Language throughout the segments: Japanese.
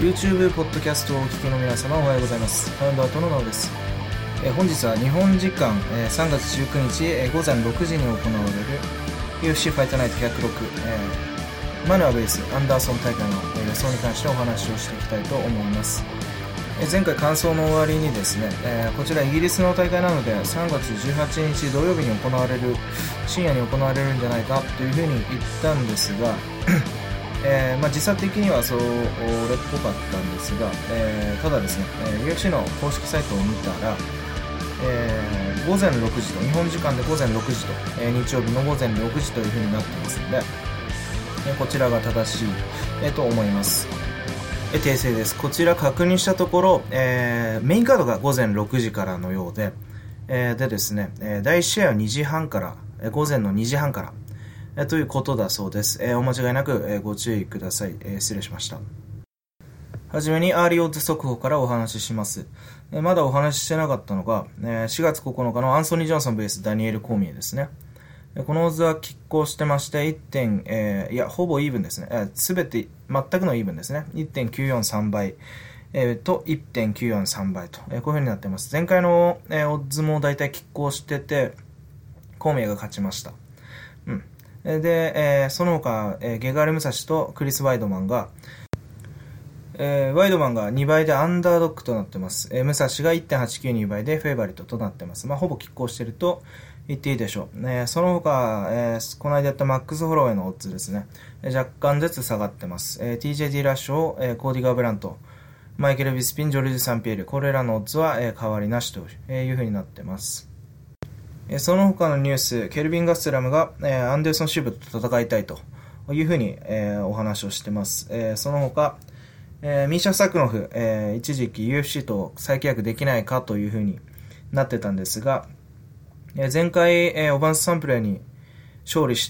YouTube ポッドキャストをお聞きの皆様おはようございます。ファウンダートのなおです。本日は日本時間3月19日午前6時に行われる UFC ファイトナイト106、マヌアベースアンダーソン大会の予想に関してお話をしていきたいと思います。前回感想の終わりにですね、こちらイギリスの大会なので3月18日土曜日に行われる深夜に行われるんじゃないかというふうに言ったんですが時差的にはそれっぽかったんですが、ただですね、UFC の公式サイトを見たら、午前6時と日本時間で午前6時と、日曜日の午前6時というふうになってますので、こちらが正しい、と思います。訂正です。こちら確認したところ、メインカードが午前6時からのようで、でですね、第1試合は2時半から、午前の2時半からということだそうです。お間違いなくご注意ください。失礼しました。はじめにアーリーオッズ速報からお話しします。まだお話ししてなかったのが、4月9日のアンソニー・ジョンソン vs ダニエル・コーミエですね。このオッズは拮抗してまして、ほぼイーブンですね。すべて全くのイーブンですね。1.943 倍、と 1.943 倍と、こういう風になっています。前回の、オッズもだいたい拮抗してて、コーミエが勝ちました。で、その他、ゲガール・ムサシとクリス・ワイドマンが、ワイドマンが2倍でアンダードッグとなっています。ムサシが 1.892 倍でフェイバリットとなっています。ほぼ拮抗していると言っていいでしょう。その他、この間やったマックス・ホロウェイのオッズですね。若干ずつ下がってます。TJ ディラッシュ、コーディガー・ブラント、マイケル・ビスピン、ジョルジュ・サンピエール、これらのオッズは、変わりなしという風になってます。その他のニュース、ケルビン・ガストラムが、アンデルソン・シューブと戦いたいというふうに、お話をしてます。その他、ミーシャ・サクノフ、一時期 UFC と再契約できないかというふうになってたんですが、前回、オバンス・サンプレーに勝利して、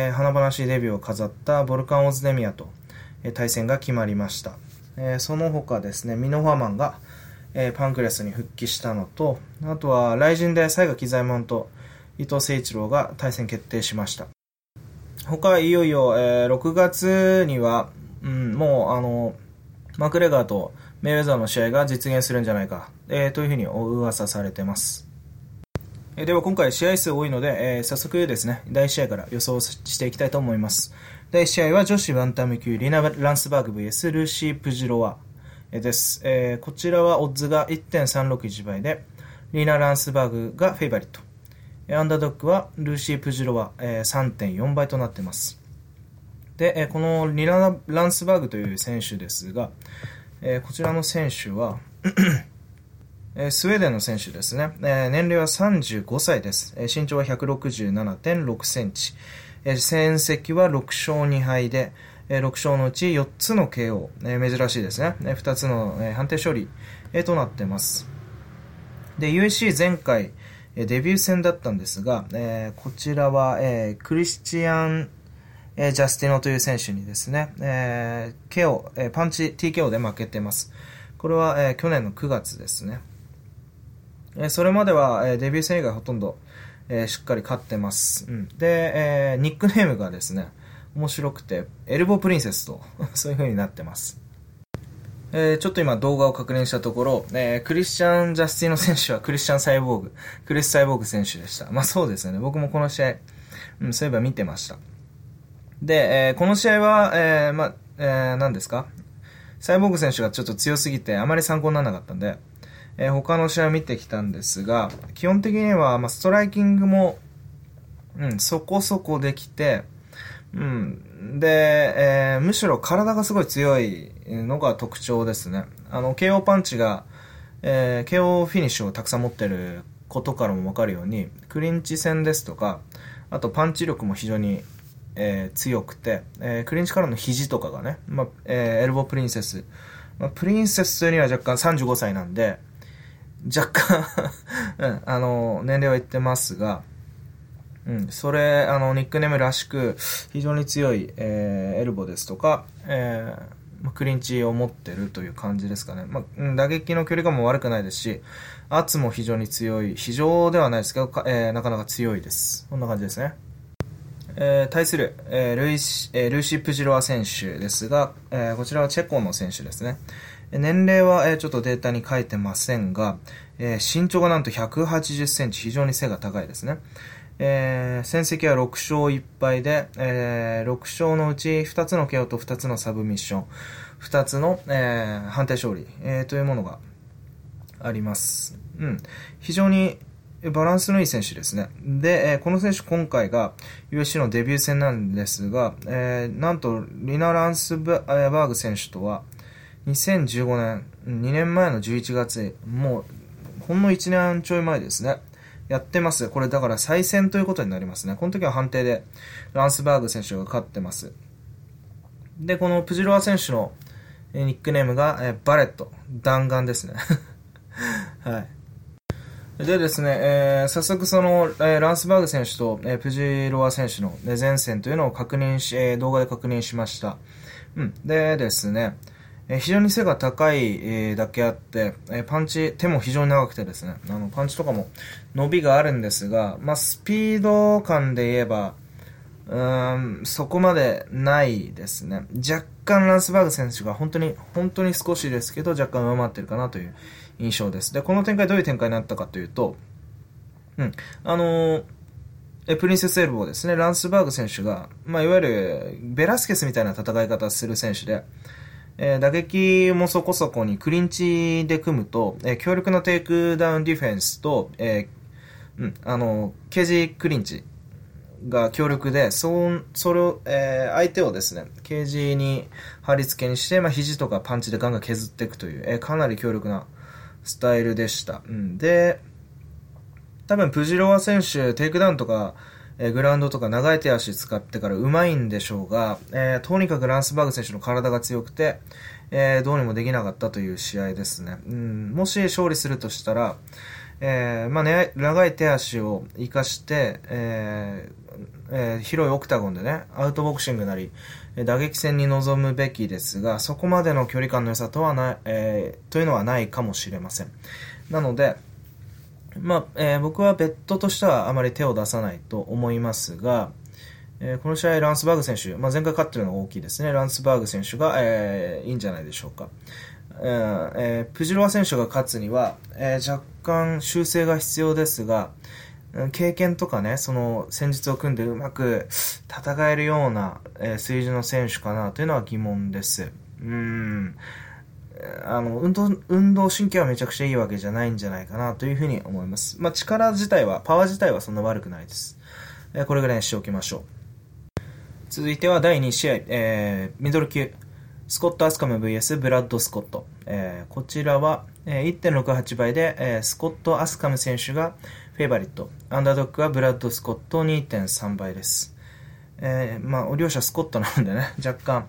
華々しいデビューを飾ったボルカン・オズデミアと、対戦が決まりました。その他ですね、ミノファーマンがパンクレスに復帰したのと、あとはライジンで西垣左衛門と伊藤誠一郎が対戦決定しました。他いよいよ、6月には、もうマクレガーとメイウェザーの試合が実現するんじゃないか、というふうに噂されてます。では今回試合数多いので、早速ですね、第1試合から予想していきたいと思います。第1試合は女子バンタム級リナ・ランスバーグ vs ルーシー・プジロワです。こちらはオッズが 1.361 倍でリーナ・ランスバーグがフェイバリット、アンダードッグはルーシー・プジロワ 3.4 倍となっています。で、このリーナ・ランスバーグという選手ですが、こちらの選手はスウェーデンの選手ですね。年齢は35歳です。身長は 167.6 センチ、戦績は6勝2敗で6勝のうち4つの KO、珍しいですね。2つの判定勝利となっています。で、USC 前回デビュー戦だったんですが、こちらはクリスチアン・ジャスティノという選手にですね、KO、パンチ TKO で負けています。これは去年の9月ですね。それまではデビュー戦以外ほとんどしっかり勝ってます。で、ニックネームがですね、面白くてエルボープリンセスとそういう風になってます。ちょっと今動画を確認したところ、クリスチャン・ジャスティノ選手はクリスサイボーグ選手でした。そうですよね。僕もこの試合、そういえば見てました。で、この試合は、何ですか？サイボーグ選手がちょっと強すぎてあまり参考にならなかったんで、他の試合を見てきたんですが、基本的には、ストライキングも、そこそこできて、で、むしろ体がすごい強いのが特徴ですね。KO パンチが、KO フィニッシュをたくさん持ってることからもわかるように、クリンチ戦ですとか、あとパンチ力も非常に、強くて、クリンチからの肘とかがね、エルボープリンセス、プリンセスというには若干35歳なんで、若干年齢は言ってますが、それ、ニックネームらしく、非常に強い、エルボですとか、クリンチを持ってるという感じですかね。打撃の距離感も悪くないですし、圧も非常に強い、非常ではないですけど、なかなか強いです。こんな感じですね。 対する、ルーシー・プジロワ選手ですが、こちらはチェコの選手ですね。年齢は、ちょっとデータに書いてませんが、身長がなんと180センチ、非常に背が高いですね。戦績は6勝1敗で、6勝のうち2つの KO と2つのサブミッション、2つの、判定勝利、というものがあります。非常にバランスのいい選手ですね。で、この選手今回が UFC のデビュー戦なんですが、なんとリナ・ランスバーグ選手とは2015年、2年前の11月、もうほんの1年ちょい前ですね。やってます。これだから再戦ということになりますね。この時は判定でランスバーグ選手が勝ってます。で、このプジロワ選手のニックネームがバレット。弾丸ですね。はい。でですね、早速その、ランスバーグ選手と、プジロワ選手の、前戦というのを確認し、動画で確認しました。でですね、非常に背が高い、だけあって、パンチ、手も非常に長くてですね、パンチとかも伸びがあるんですが、スピード感で言えば、そこまでないですね。若干ランスバーグ選手が本当に少しですけど、若干上回ってるかなという印象です。で、この展開どういう展開になったかというと、プリンセスエルボーですね、ランスバーグ選手が、いわゆるベラスケスみたいな戦い方をする選手で、打撃もそこそこにクリンチで組むと、強力なテイクダウンディフェンスと、ケージクリンチが強力で、それを、相手をですね、ケージに貼り付けにして、肘とかパンチでガンガン削っていくという、かなり強力なスタイルでした。で、多分プジロワ選手、テイクダウンとか、グラウンドとか長い手足使ってから上手いんでしょうが、とにかくランスバーグ選手の体が強くて、どうにもできなかったという試合ですね。もし勝利するとしたら、長い手足を生かして、広いオクタゴンでね、アウトボクシングなり、打撃戦に臨むべきですが、そこまでの距離感の良さとはない、というのはないかもしれません。なので、僕はベッドとしてはあまり手を出さないと思いますが、この試合ランスバーグ選手、前回勝ってるのが大きいですね。ランスバーグ選手が、いいんじゃないでしょうか。プジロワ選手が勝つには、若干修正が必要ですが、経験とかね、その戦術を組んでうまく戦えるような、水準の選手かなというのは疑問です。運動神経はめちゃくちゃいいわけじゃないんじゃないかなというふうに思います。力自体は、パワー自体はそんな悪くないです。これぐらいにしておきましょう。続いては第2試合、ミドル級、スコット・アスカム vs ブラッド・スコット。こちらは、1.68 倍で、スコット・アスカム選手がフェイバリット。アンダードッグはブラッド・スコット 2.3 倍です。両者スコットなのでね、若干、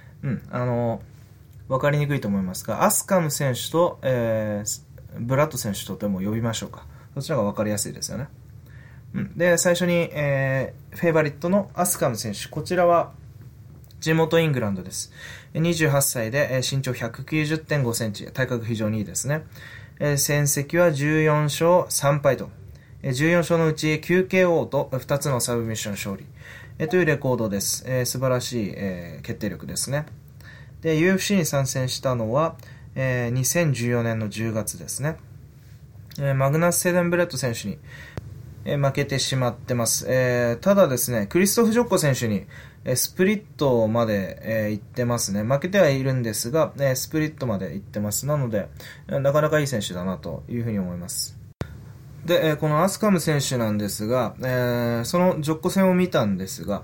わかりにくいと思いますが、アスカム選手と、ブラッド選手とでも呼びましょうか。そちらがわかりやすいですよね。で、最初に、フェイバリットのアスカム選手。こちらは、地元イングランドです。28歳で、身長 190.5 センチ。体格非常にいいですね。戦績は14勝3敗と。14勝のうち 9KO と2つのサブミッション勝利。というレコードです。素晴らしい、決定力ですね。で、UFC に参戦したのは、2014年の10月ですね。マグナス・セデンブレッド選手に、負けてしまってます。ただですね、クリストフ・ジョッコ選手に、スプリットまで、行ってますね。負けてはいるんですが、スプリットまで行ってます。なので、なかなかいい選手だなというふうに思います。で、このアスカム選手なんですが、そのジョッコ戦を見たんですが、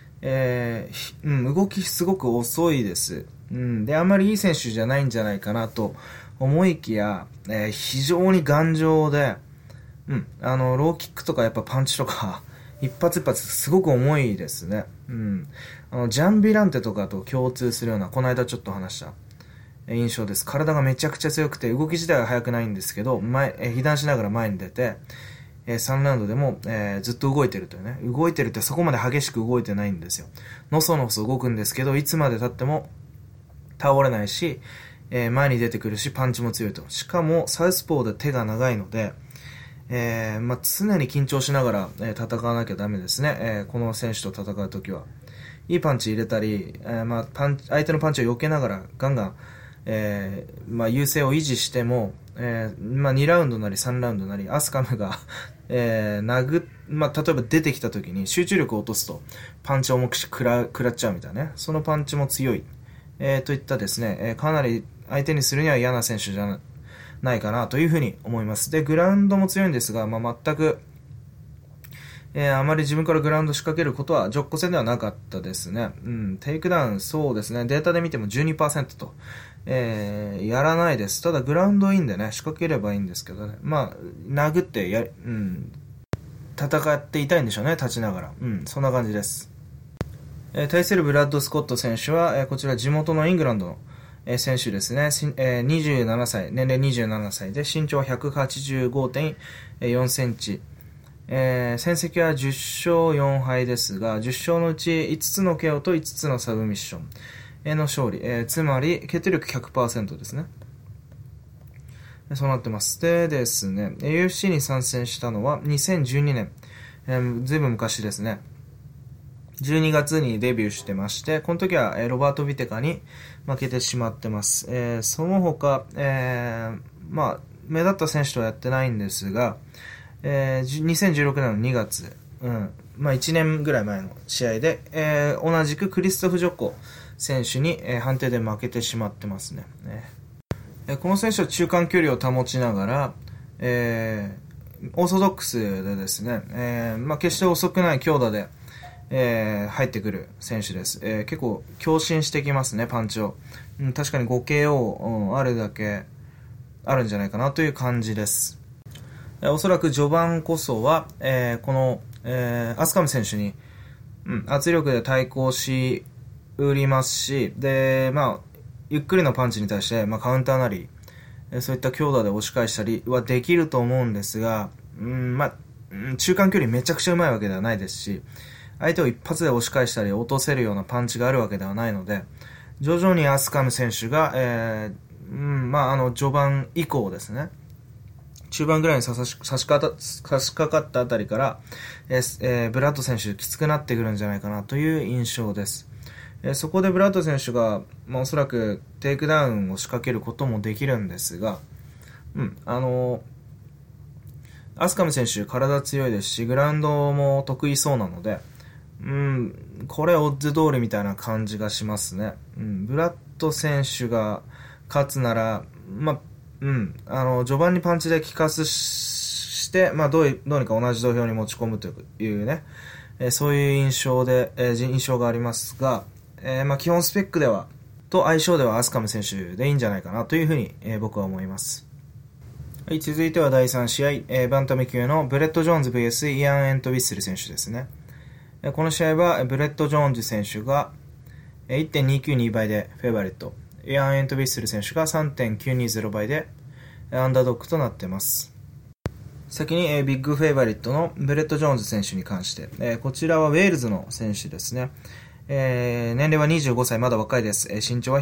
動きすごく遅いです。で、あんまりいい選手じゃないんじゃないかなと思いきや、非常に頑丈で、ローキックとかやっぱパンチとか、一発一発すごく重いですね。ジャンビランテとかと共通するような、この間ちょっと話した印象です。体がめちゃくちゃ強くて、動き自体は速くないんですけど、被弾しながら前に出て、3ラウンドでも、ずっと動いてるというね。動いてるってそこまで激しく動いてないんですよ。のそのそ動くんですけど、いつまで経っても倒れないし、前に出てくるし、パンチも強いと。しかも、サウスポーで手が長いので、 常に緊張しながら、戦わなきゃダメですね。この選手と戦うときは。いいパンチ入れたり、相手のパンチを避けながらガンガン、優勢を維持しても、2ラウンドなり3ラウンドなり、アスカムが、例えば出てきた時に集中力を落とすと、パンチを重く食らっちゃうみたいなね。そのパンチも強い。といったですね、かなり相手にするには嫌な選手じゃないかなというふうに思います。で、グラウンドも強いんですが、全く、あまり自分からグラウンド仕掛けることは、ジョッコ戦ではなかったですね。テイクダウン、そうですね、データで見ても 12% と、やらないです。ただグラウンドいいんでね、仕掛ければいいんですけどね。殴って戦っていたいんでしょうね、立ちながら。そんな感じです。対するブラッド・スコット選手は、こちら地元のイングランドの、選手ですね。27歳、年齢27歳で、身長は 185.4 センチ。戦績は10勝4敗ですが、10勝のうち5つの KO と5つのサブミッションの勝利、つまり決定力 100% ですね。そうなってます。でですね、UFC に参戦したのは2012年、ずいぶん昔ですね。12月にデビューしてまして、この時はロバート・ビテカに負けてしまってます。その他、目立った選手とはやってないんですが、2016年の2月、1年ぐらい前の試合で、同じくクリストフ・ジョコ選手に、判定で負けてしまってますね。この選手は中間距離を保ちながら、オーソドックスでですね、決して遅くない強打で、入ってくる選手です。結構強振してきますね、パンチを。確かに 5KO、あるだけあるんじゃないかなという感じです。おそらく序盤こそは、この、アスカム選手に、圧力で対抗しうりますし、で、ゆっくりのパンチに対して、カウンターなり、そういった強打で押し返したりはできると思うんですが、中間距離めちゃくちゃうまいわけではないですし、相手を一発で押し返したり落とせるようなパンチがあるわけではないので、徐々にアスカム選手が、序盤以降ですね、中盤ぐらいに差し掛かったあたりから、ブラッド選手きつくなってくるんじゃないかなという印象です。そこでブラッド選手が、おそらくテイクダウンを仕掛けることもできるんですが、アスカム選手体強いですし、グラウンドも得意そうなので、これオッズ通りみたいな感じがしますね。ブラッド選手が勝つなら、序盤にパンチで効かすして、どうにか同じ土俵に持ち込むというね、そういう印象がありますが、基本スペックでは、と相性ではアスカム選手でいいんじゃないかなというふうに、僕は思います。はい、続いては第3試合、バンタム級のブレッド・ジョーンズ vs イアン・エント・ウィッスル選手ですね。この試合はブレッド・ジョーンズ選手が 1.292 倍でフェイバリット、イアン・エント・ウィッスル選手が 3.920 倍でアンダードッグとなっています。先にビッグフェイバリットのブレッド・ジョーンズ選手に関して、こちらはウェールズの選手ですね。年齢は25歳、まだ若いです。身長は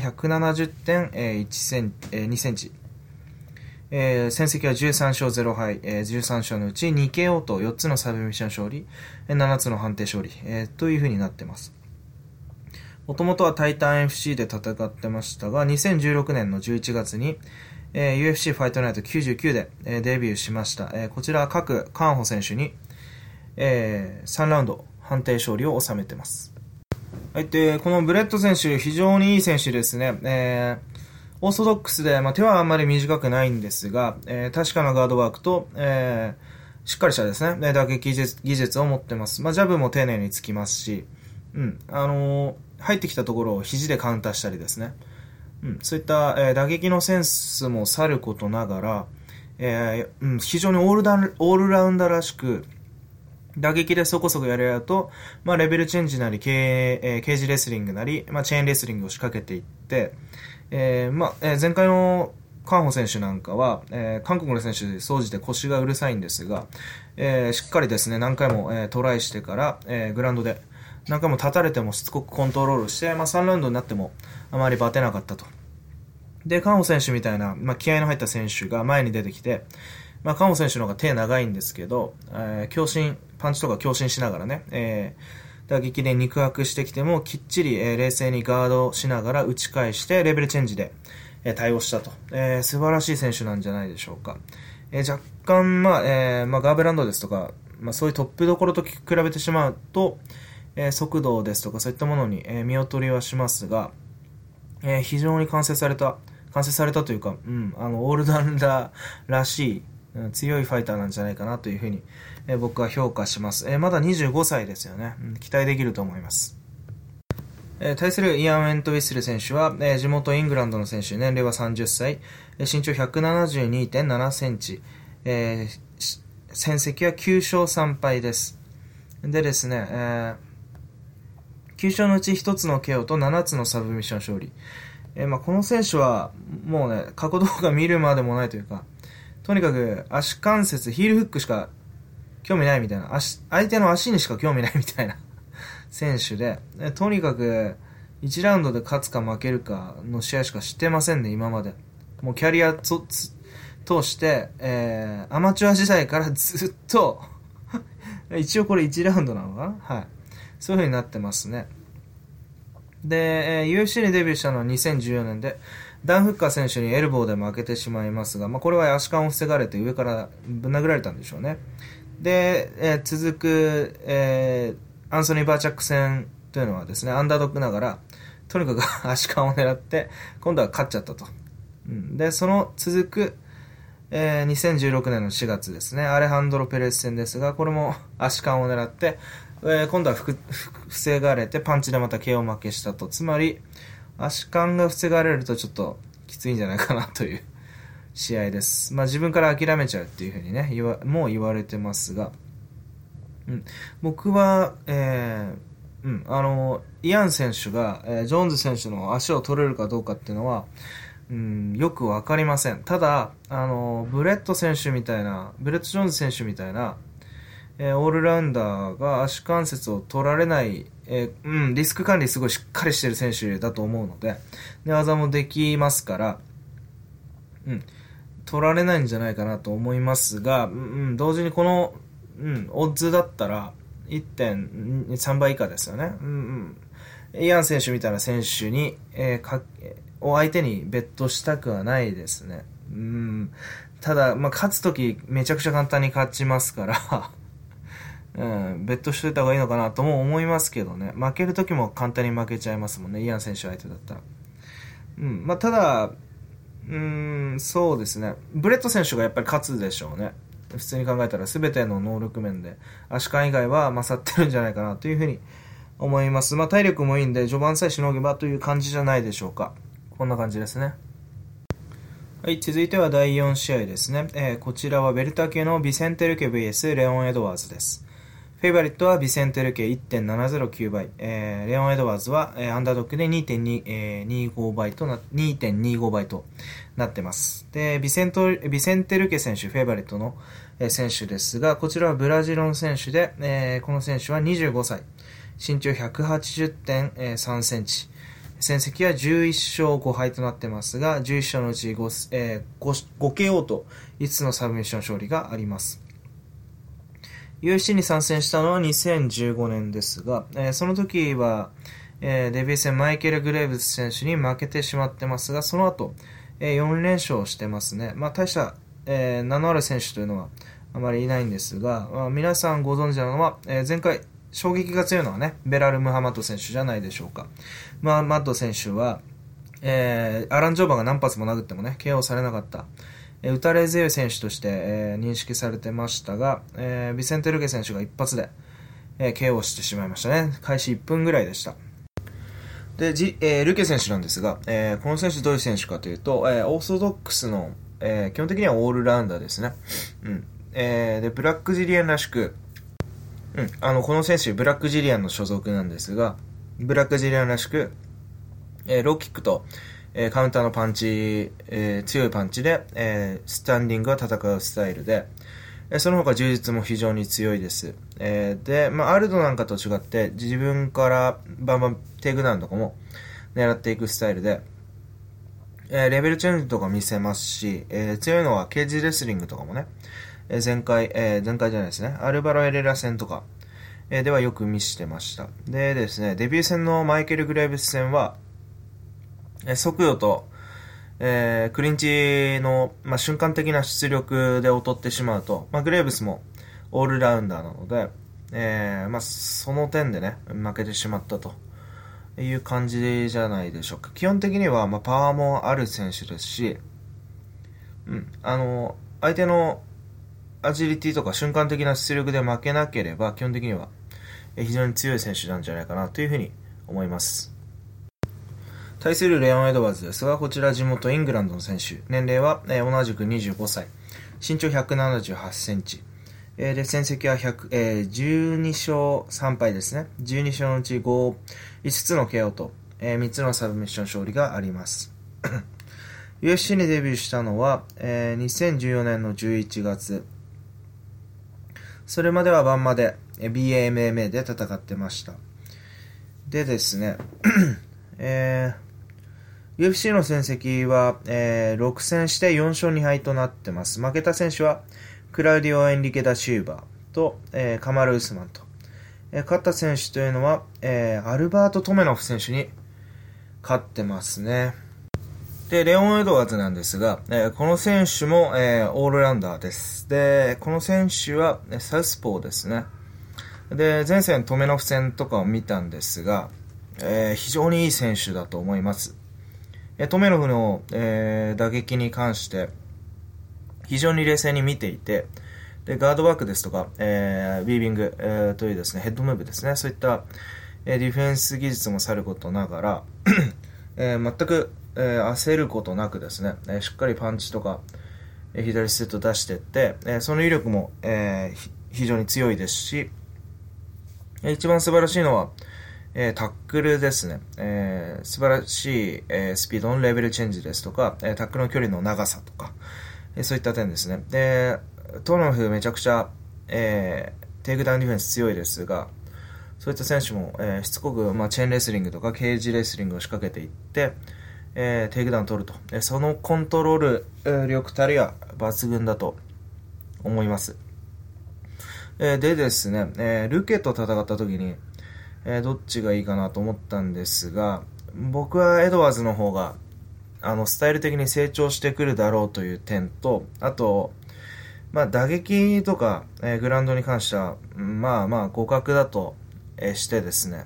170.2 センチ。戦績は13勝0敗、13勝のうち 2KO と4つのサブミッション勝利、7つの判定勝利、という風になっています。もともとはタイタン FC で戦ってましたが、2016年の11月に、UFC ファイトナイト99で、デビューしました。こちらは各カンホ選手に、3ラウンド判定勝利を収めています。はい、でこのブレッド選手、非常にいい選手ですね。オーソドックスで、手はあんまり短くないんですが、確かなガードワークと、しっかりしたですね、打撃技術を持ってます。ジャブも丁寧につきますし、入ってきたところを肘でカウンターしたりですね。そういった、打撃のセンスもさることながら、非常にオールラウンダーらしく、打撃でそこそこやれると、レベルチェンジなり、ケージレスリングなり、チェーンレスリングを仕掛けていって、前回のカンホ選手なんかは、韓国の選手で総じて腰がうるさいんですが、しっかりですね、何回も、トライしてから、グラウンドで何回も立たれてもしつこくコントロールして、3ラウンドになってもあまりバテなかったと。で、カンホ選手みたいな、気合の入った選手が前に出てきて、 カモ選手の方が手長いんですけど、パンチとか強振しながらね、打撃で肉薄してきてもきっちり、冷静にガードしながら打ち返してレベルチェンジで、対応したと、素晴らしい選手なんじゃないでしょうか。若干、ガーベランドですとか、そういうトップどころと比べてしまうと、速度ですとかそういったものに、見劣りはしますが、非常に完成されたというか、オールラウンダーらしい、強いファイターなんじゃないかなというふうに、僕は評価します。まだ25歳ですよね。期待できると思います。対するイアン・ウェントウィスル選手は、地元イングランドの選手、年齢は30歳、身長 172.7 センチ、戦績は9勝3敗です。でですね、9勝のうち1つの KO と7つのサブミッション勝利。この選手はもうね、過去動画見るまでもないというか、とにかく足関節、ヒールフックしか興味ないみたいな、相手の足にしか興味ないみたいな選手で、とにかく1ラウンドで勝つか負けるかの試合しかしてませんね、今まで。もうキャリア通して、アマチュア時代からずっと一応これ1ラウンドなのかな、はい。そういう風になってますね。で、UFC にデビューしたのは2014年で、ダン・フッカー選手にエルボーで負けてしまいますが、これは足感を防がれて上からぶん殴られたんでしょうね。で、続く、アンソニー・バーチャック戦というのはですね、アンダードッグながら、とにかく足感を狙って、今度は勝っちゃったと。で、その続く、2016年の4月ですね、アレハンドロ・ペレス戦ですが、これも足感を狙って、今度は防がれてパンチでまた KO 負けしたと。つまり足感が防がれるとちょっときついんじゃないかなという試合です。自分から諦めちゃうっていう風にねもう言われてますが、僕は、イアン選手が、ジョーンズ選手の足を取れるかどうかっていうのは、よくわかりません。ただブレッド・ジョーンズ選手みたいなオールラウンダーが足関節を取られない、リスク管理すごいしっかりしてる選手だと思うので、寝技もできますから、取られないんじゃないかなと思いますが、同時にこの、オッズだったら 1.3 倍以下ですよね。イアン選手みたいな選手に、を相手にベットしたくはないですね。ただ、勝つときめちゃくちゃ簡単に勝ちますからベットしといた方がいいのかなとも思いますけどね。負けるときも簡単に負けちゃいますもんね、イアン選手相手だったら。ただ、そうですね。ブレッド選手がやっぱり勝つでしょうね。普通に考えたら全ての能力面で足換以外は勝ってるんじゃないかなというふうに思います。体力もいいんで序盤さえしのげばという感じじゃないでしょうか。こんな感じですね。はい、続いては第4試合ですね。こちらはベルタ級のビセンテルケ vs レオン・エドワーズです。フェイバリットはビセンテルケ 1.709 倍、レオン・エドワーズは、アンダードックで 2.25 倍と2.25 倍となってます。で、ビセンテルケ選手、フェイバリットの、選手ですが、こちらはブラジルの選手で、この選手は25歳、身長 180.3 センチ、戦績は11勝5敗となってますが、11勝のうち 5KO と5つのサブミッション勝利があります。UFC に参戦したのは2015年ですが、その時は、デビュー戦マイケル・グレーブス選手に負けてしまってますが、その後、4連勝してますね。大した、名のある選手というのはあまりいないんですが、皆さんご存知なのは、前回衝撃が強いのはね、ベラル・ムハマド選手じゃないでしょうか。マッド選手は、アラン・ジョーバーが何発も殴ってもね、KO されなかった。打たれ強い選手として、認識されてましたが、ビセンテ・ルケ選手が一発で、KO してしまいましたね。開始1分ぐらいでした。で、ルケ選手なんですが、この選手どういう選手かというと、オーソドックスの、基本的にはオールラウンダーですね。で、ブラックジリアンらしく、この選手、ブラックジリアンの所属なんですが、ブラックジリアンらしく、ローキックと、カウンターのパンチ、強いパンチで、スタンディングは戦うスタイルで、その他充実も非常に強いです。で、アルドなんかと違って自分からバンバンテイクダウンとかも狙っていくスタイルで、 レベルチェンジとか見せますし、強いのはケージレスリングとかもね、前回じゃないですね、アルバロ・エレラ戦とか、ではよく見せてました。でですね、デビュー戦のマイケル・グレーブス戦は、速度と、クリンチの、瞬間的な出力で劣ってしまうと、グレーブスもオールラウンダーなので、その点でね、負けてしまったという感じじゃないでしょうか。基本的には、パワーもある選手ですし、相手のアジリティとか瞬間的な出力で負けなければ、基本的には非常に強い選手なんじゃないかなというふうに思います。対するレオン・エドワーズですが、こちら地元イングランドの選手、年齢は同じく25歳、身長178センチ、で戦績は12勝3敗ですね。12勝のうち5つの KO と、3つのサブミッション勝利があります。UFC にデビューしたのは、2014年の11月。それまではバンマで BAMMA で戦ってました。でですね、UFC の戦績は、6戦して4勝2敗となってます。負けた選手はクラウディオ・エンリケ・ダ・シューバーと、カマル・ウスマンと、勝った選手というのは、アルバート・トメノフ選手に勝ってますね。で、レオン・エドワーズなんですが、この選手も、オールラウンダーです。で、この選手はサウスポーですね。で、前戦トメノフ戦とかを見たんですが、非常にいい選手だと思います。トメノフの、打撃に関して非常に冷静に見ていて、でガードワークですとか、ビービング、というですね、ヘッドムーブですね、そういった、ディフェンス技術もさることながら、全く、焦ることなくですね、しっかりパンチとか、左ステット出していって、その威力も、非常に強いですし、一番素晴らしいのは、タックルですね、素晴らしい、スピードのレベルチェンジですとか、タックルの距離の長さとか、そういった点ですね。で、トノフめちゃくちゃ、テイクダウンディフェンス強いですが、そういった選手も、しつこく、チェーンレスリングとかケージレスリングを仕掛けていって、テイクダウンを取ると。そのコントロール力たりは抜群だと思います。でですね、ルケと戦った時に、どっちがいいかなと思ったんですが、僕はエドワーズの方がスタイル的に成長してくるだろうという点と、あと、打撃とか、グラウンドに関しては、互角だと、してですね、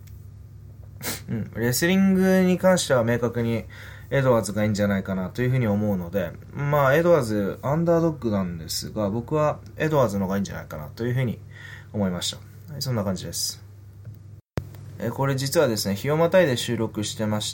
レスリングに関しては明確にエドワーズがいいんじゃないかなというふうに思うので、エドワーズアンダードッグなんですが、僕はエドワーズの方がいいんじゃないかなというふうに思いました。はい、そんな感じです。これ実はですね、日をまたいで収録してまして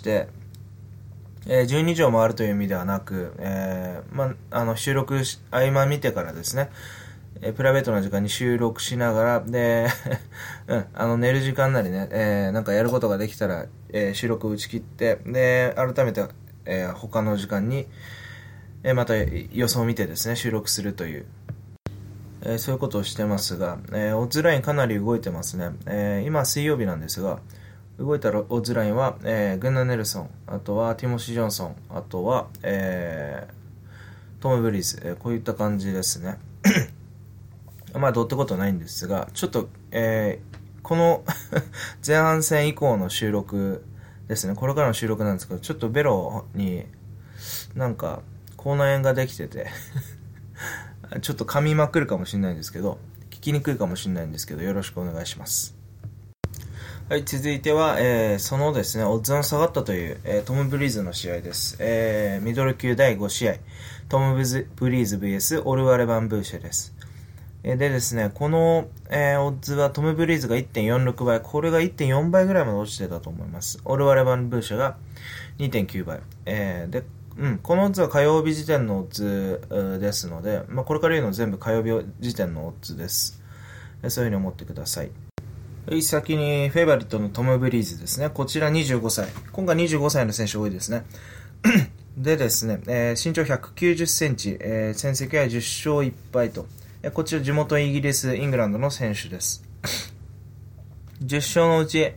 、12時を回るという意味ではなく、収録合間見てからですね、プライベートな時間に収録しながら、で、寝る時間なりね、なんかやることができたら、収録を打ち切って、で、改めて、他の時間に、また予想を見てですね、収録するという、そういうことをしてますが、オッズラインかなり動いてますね。今水曜日なんですが、動いたオッズラインは、グンナー・ネルソン、あとはティモシー・ジョンソン、あとは、トム・ブリーズ、こういった感じですね。どうってことないんですが、ちょっと、この前半戦以降の収録ですね、これからの収録なんですけど、ちょっとベロになんか口内炎ができててちょっと噛みまくるかもしれないんですけど、聞きにくいかもしれないんですけど、よろしくお願いします。はい、続いては、そのですね、オッズの下がったという、トム・ブリーズの試合です。ミドル級第5試合、トム・ブリーズ vs オルワレ・バンブーシェです。でですね、この、オッズはトム・ブリーズが 1.46 倍、これが 1.4 倍ぐらいまで落ちてたと思います。オルワレ・バンブーシェが 2.9 倍。で、このオッズは火曜日時点のオッズですので、これから言うのは全部火曜日時点のオッズです。そういうふうに思ってください。先にフェイバリットのトム・ブリーズですね。こちら25歳。今回25歳の選手多いですね。でですね、身長190センチ、戦績は10勝1敗と。こちら地元イギリス、イングランドの選手です。10勝のうち、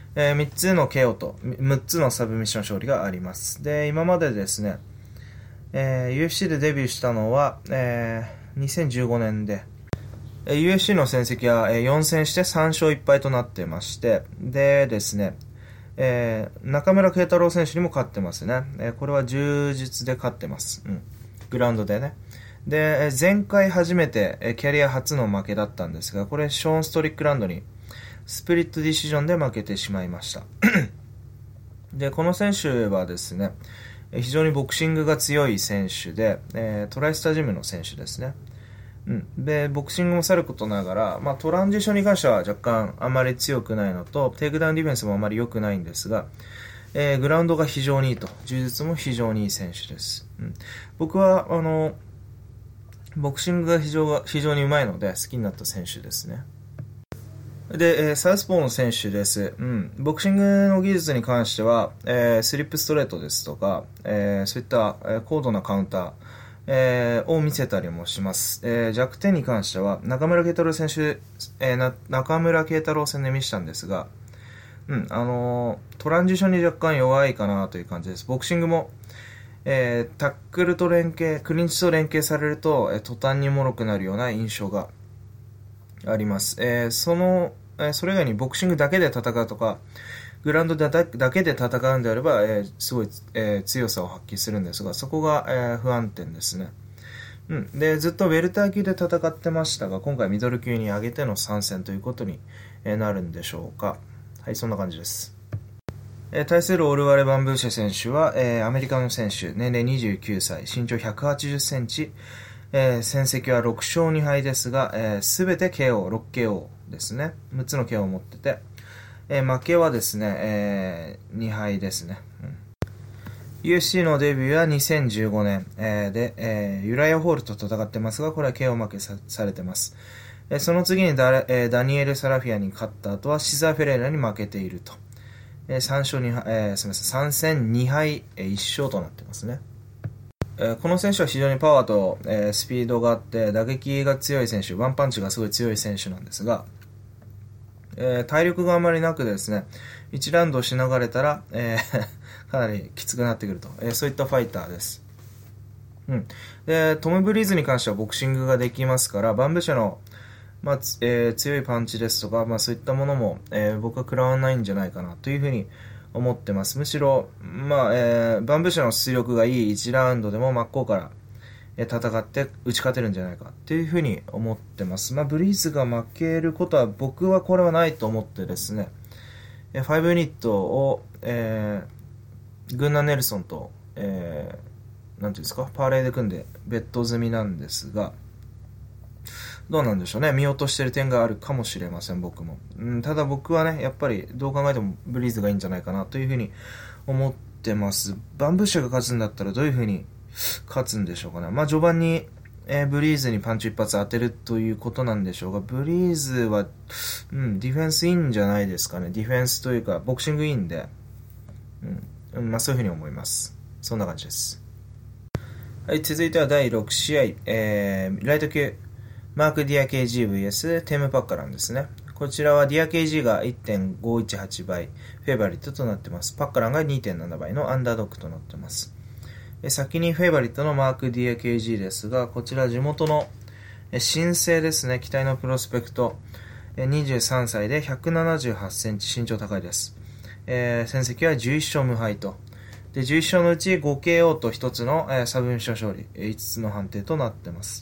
3つの KO と6つのサブミッション勝利があります。で、今までですね、UFC でデビューしたのは、2015年で、UFC の戦績は4戦して3勝1敗となってまして、でですね、中村慶太郎選手にも勝ってますね。これは柔術で勝ってます。グラウンドでね。で、前回初めて、キャリア初の負けだったんですが、これショーン・ストリックランドにスプリットディシジョンで負けてしまいました。で、この選手はですね、非常にボクシングが強い選手で、トライスタジムの選手ですね。で、ボクシングもさることながら、トランジションに関しては若干あまり強くないのと、テイクダウンディフェンスもあまり良くないんですが、グラウンドが非常にいいと、柔術も非常にいい選手です。僕は、ボクシングが非常に上手いので好きになった選手ですね。で、サウスポーの選手です。ボクシングの技術に関しては、スリップストレートですとか、そういった、高度なカウンター、を見せたりもします。弱点に関しては、中村慶太郎選手、中村慶太郎戦で見せたんですが、トランジションに若干弱いかなという感じです。ボクシングも、タックルと連携、クリンチと連携されると、途端に脆くなるような印象があります。それ以外にボクシングだけで戦うとか、グラウンドだけで戦うんであれば、すごい、強さを発揮するんですが、そこが、不安定ですね。で、ずっとウェルター級で戦ってましたが、今回ミドル級に上げての参戦ということになるんでしょうか。はい、そんな感じです。対するオルワレ・バンブーシェ選手は、アメリカの選手、年齢29歳、身長180センチ、戦績は6勝2敗ですが、すべて KO、6KO ですね。6つの KO を持ってて、負けはですね、2敗ですね。UFC のデビューは2015年、で、ユライア・ホールと戦ってますが、これは KO 負けされてます。その次にダニエル・サラフィアに勝った後はシザー・フェレーラに負けていると。3戦2敗、1勝となってますね。この選手は非常にパワーと、スピードがあって打撃が強い選手、ワンパンチがすごい強い選手なんですが、体力があまりなくですね、1ラウンドしながれたら、かなりきつくなってくると、そういったファイターです。で、トム・ブリーズに関してはボクシングができますから、バンブーシャの、強いパンチですとか、そういったものも、僕は食らわないんじゃないかなというふうに思ってます。むしろ、バンブーシャの出力がいい1ラウンドでも真っ向から戦って打ち勝てるんじゃないかというふうに思ってます。ブリーズが負けることは僕はこれはないと思ってですね、5ユニットを、グンナー・ネルソンと、なんていうんですか、パーレーで組んでベット済みなんですが、どうなんでしょうね。見落としてる点があるかもしれません、僕も。ただ僕はね、やっぱりどう考えてもブリーズがいいんじゃないかなというふうに思ってます。バンブーシャが勝つんだったらどういうふうに勝つんでしょうかね。序盤に、ブリーズにパンチ一発当てるということなんでしょうが、ブリーズは、ディフェンスいいんじゃないですかね。ディフェンスというか、ボクシングいいんで、そういうふうに思います。そんな感じです。はい、続いては第6試合、ライト級、マーク・ディア KG vs テーム・パッカランですね。こちらはディア KG が 1.518 倍フェイバリットとなってます。パッカランが 2.7 倍のアンダードッグとなってます。先にフェイバリットのマーク・ディア KG ですが、こちら地元の新星ですね。期待のプロスペクト、23歳で178センチ、身長高いです。戦績は11勝無敗と。で、11勝のうち 5KO と1つのサブミッション勝利、5つの判定となってます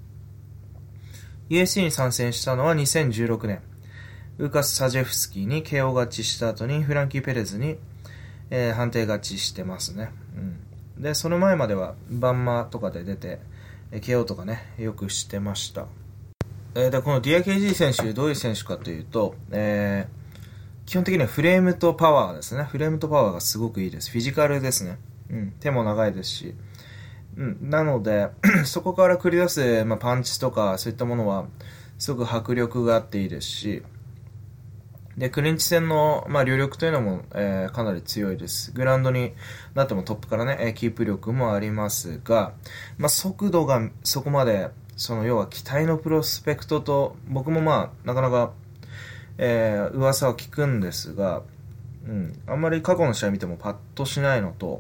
。UFC に参戦したのは2016年。ウーカス・サジェフスキーに KO 勝ちした後にフランキー・ペレズに、判定勝ちしてますね。で、その前まではバンマとかで出て、KO とかね、よくしてました。で、このディア KG 選手、どういう選手かというと、基本的にはフレームとパワーですね。フレームとパワーがすごくいいです。フィジカルですね。手も長いですし。なのでそこから繰り出す、パンチとかそういったものはすごく迫力があっていいですし、でクリンチ戦の、両力というのも、かなり強いです。グラウンドになってもトップからね、キープ力もありますが、速度がそこまで要は期待のプロスペクトと僕もなかなか、噂は聞くんですが、 あんまり過去の試合見てもパッとしないのと、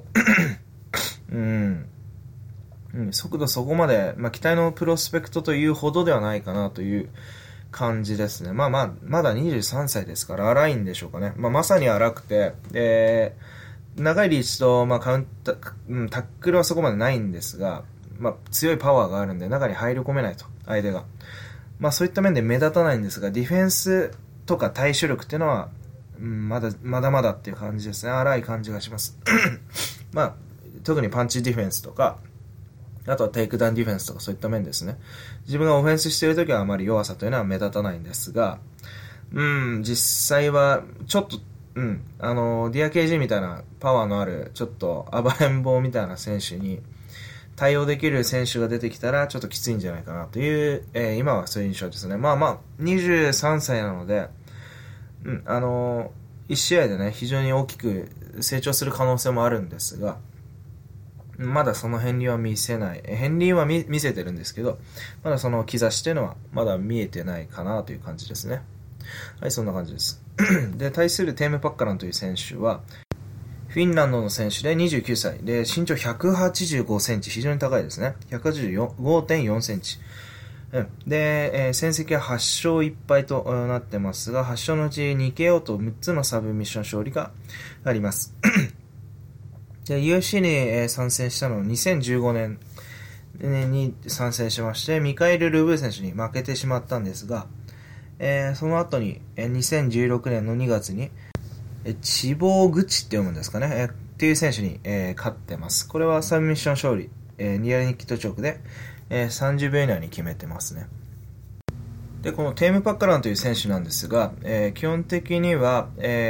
速度そこまで、期待のプロスペクトというほどではないかなという感じですね。まだ23歳ですから荒いんでしょうかね。まさに荒くて、長いリーチと、カウンター、タックルはそこまでないんですが、強いパワーがあるんで中に入り込めないと、相手が。そういった面で目立たないんですが、ディフェンスとか対処力っていうのは、まだまだっていう感じですね。荒い感じがします。特にパンチディフェンスとか、あとはテイクダウンディフェンスとかそういった面ですね。自分がオフェンスしているときはあまり弱さというのは目立たないんですが、実際はちょっと、ディア KG みたいなパワーのあるちょっと暴れん坊みたいな選手に対応できる選手が出てきたらちょっときついんじゃないかなという、今はそういう印象ですね。23歳なので、1試合でね、非常に大きく成長する可能性もあるんですが、まだその片鱗は見せない。片鱗は見せてるんですけど、まだその兆しというのはまだ見えてないかなという感じですね。はい、そんな感じです。で、対するテーム・パッカランという選手は、フィンランドの選手で29歳。で、身長185センチ。非常に高いですね。185.4センチ。で、戦績は8勝1敗となってますが、8勝のうち 2KO と6つのサブミッション勝利があります。で、UFC に参戦したのは2015年に参戦しまして、ミカエル・ルブー選手に負けてしまったんですが、その後に2016年の2月にチボーグチって読むんですかね、っていう選手に勝ってます。これはサブミッション勝利、ニアリニッキットチョークで30秒以内に決めてますね。で、このテーム・パッカランという選手なんですが、基本的には、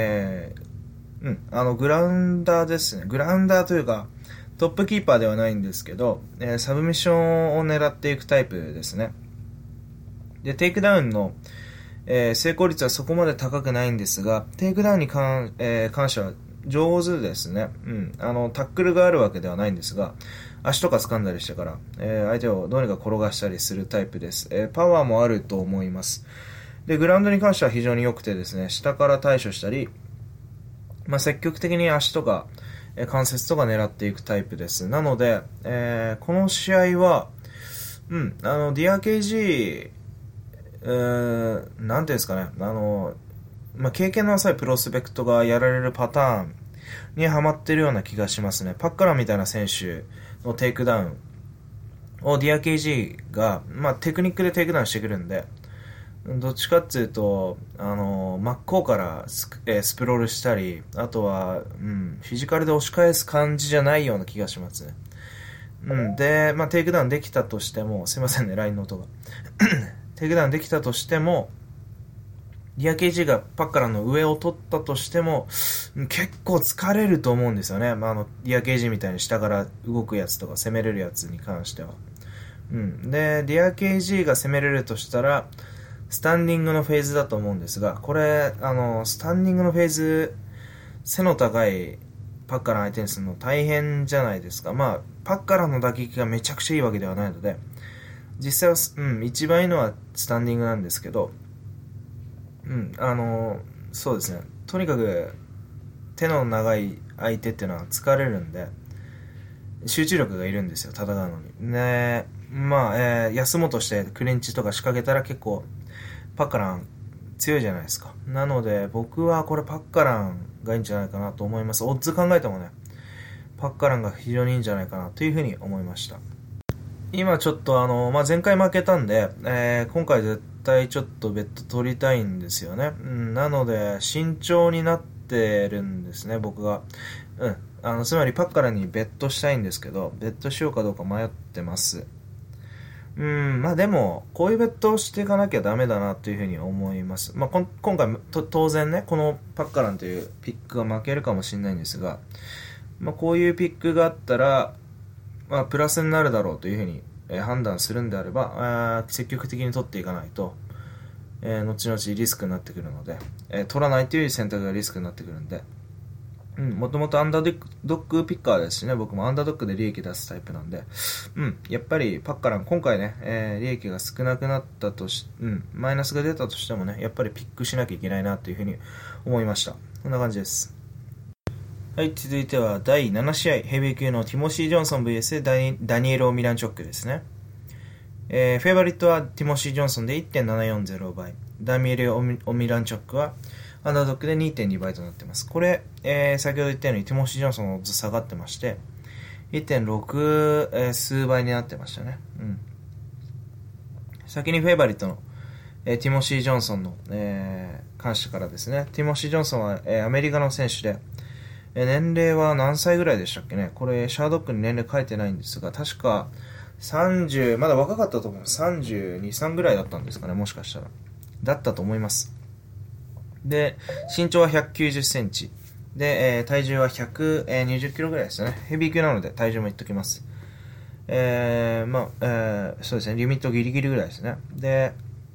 グラウンダーですね。グラウンダーというか、トップキーパーではないんですけど、サブミッションを狙っていくタイプですね。で、テイクダウンの、成功率はそこまで高くないんですが、テイクダウンに関しては上手ですね。タックルがあるわけではないんですが、足とか掴んだりしてから、相手をどうにか転がしたりするタイプです。パワーもあると思います。で、グラウンドに関しては非常に良くてですね、下から対処したり、積極的に足とか、関節とか狙っていくタイプです。なので、この試合は、ディア KG、なんていうんですかね、経験の浅いプロスペクトがやられるパターンにハマってるような気がしますね。パッカランみたいな選手のテイクダウンをディア KG が、テクニックでテイクダウンしてくるんで、どっちかっていうと、真っ向からスプロールしたり、あとは、フィジカルで押し返す感じじゃないような気がしますね。で、テイクダウンできたとしても、すいませんね、LINE の音が。テイクダウンできたとしても、ディア KG がパッカランの上を取ったとしても、結構疲れると思うんですよね。ディア KG みたいに下から動くやつとか攻めれるやつに関しては。で、ディア KG が攻めれるとしたら、スタンディングのフェーズだと思うんですが、これ、スタンディングのフェーズ、背の高いパッカラン相手にするの大変じゃないですか。パッカランの打撃がめちゃくちゃいいわけではないので、実際は、一番いいのはスタンディングなんですけど、そうですね。とにかく、手の長い相手っていうのは疲れるんで、集中力がいるんですよ、戦うのに。ね、休もうとしてクレンチとか仕掛けたら結構、パッカラン強いじゃないですか。なので、僕はこれパッカランがいいんじゃないかなと思います。オッズ考えてもね、パッカランが非常にいいんじゃないかなというふうに思いました。今ちょっと前回負けたんで、今回絶対ちょっとベット取りたいんですよね。なので、慎重になってるんですね、僕が。つまりパッカランにベットしたいんですけど、ベットしようかどうか迷ってます。でも、こういうベットをしていかなきゃダメだなというふうに思います。今回当然ね、このパッカランというピックが負けるかもしれないんですが、こういうピックがあったら、プラスになるだろうというふうに、判断するんであれば、積極的に取っていかないと、後々リスクになってくるので、取らないという選択がリスクになってくるんで、もともとアンダードッグピッカーですしね、僕もアンダードッグで利益出すタイプなんで、やっぱりパッカラン、今回ね、利益が少なくなったとマイナスが出たとしてもね、やっぱりピックしなきゃいけないなというふうに思いました。こんな感じです。 はい、続いては第7試合、ヘビー級のティモシー・ジョンソン VS ダニエル・オミランチョックですね。フェイバリットはティモシー・ジョンソンで 1.740 倍、ダニエル・オミランチョックはアンダードックで 2.2 倍となっています。これ、先ほど言ったようにティモシー・ジョンソンのオッズ下がってまして、1.6、数倍になってましたね。先にフェイバリットの、ティモシー・ジョンソンの、関してからですね。ティモシー・ジョンソンは、アメリカの選手で、年齢は何歳ぐらいでしたっけね。これシャードックに年齢書いてないんですが、確か30、まだ若かったと思う。32、3ぐらいだったんですかね、もしかしたら。だったと思います。で、身長は190センチ。で、体重は120キロぐらいですね。ヘビー級なので体重も言っときます。そうですね、リミットギリギリぐらいですね。で、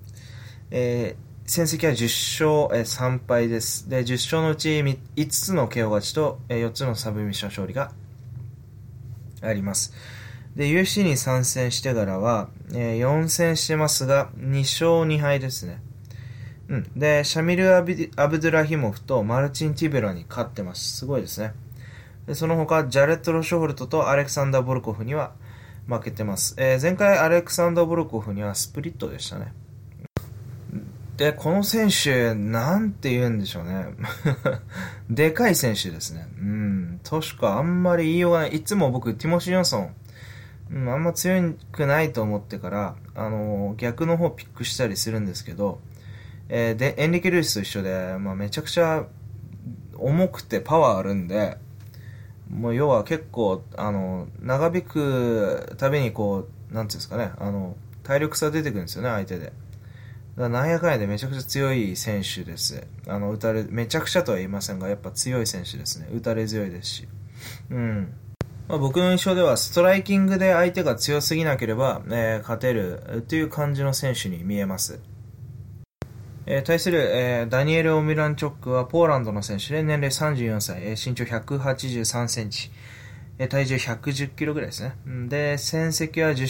戦績は10勝、3敗です。で、10勝のうち5つの KO 勝ちと、4つのサブミッション勝利があります。で、UFC に参戦してからは、4戦してますが、2勝2敗ですね。で、シャミル・アブドゥラヒモフとマルチン・ティベラに勝ってます。すごいですね。で、その他、ジャレット・ロショフルトとアレクサンダー・ボルコフには負けてます。前回アレクサンダー・ボルコフにはスプリットでしたね。で、この選手、なんて言うんでしょうね。でかい選手ですね。確かあんまり言いようがない。いつも僕、ティモシー・ジョンソン、あんま強くないと思ってから、逆の方ピックしたりするんですけど、で、エンリケ・ルイスと一緒で、めちゃくちゃ重くてパワーあるんで、もう要は結構、長引くたびにこう、なんていうんですかね、体力差出てくるんですよね、相手で。なんやかんやでめちゃくちゃ強い選手です。めちゃくちゃとは言いませんが、やっぱ強い選手ですね。打たれ強いですし。僕の印象では、ストライキングで相手が強すぎなければ、勝てるという感じの選手に見えます。対する、ダニエル・オミランチョックはポーランドの選手で年齢34歳、身長183センチ。体重110キロぐらいですね。で、戦績は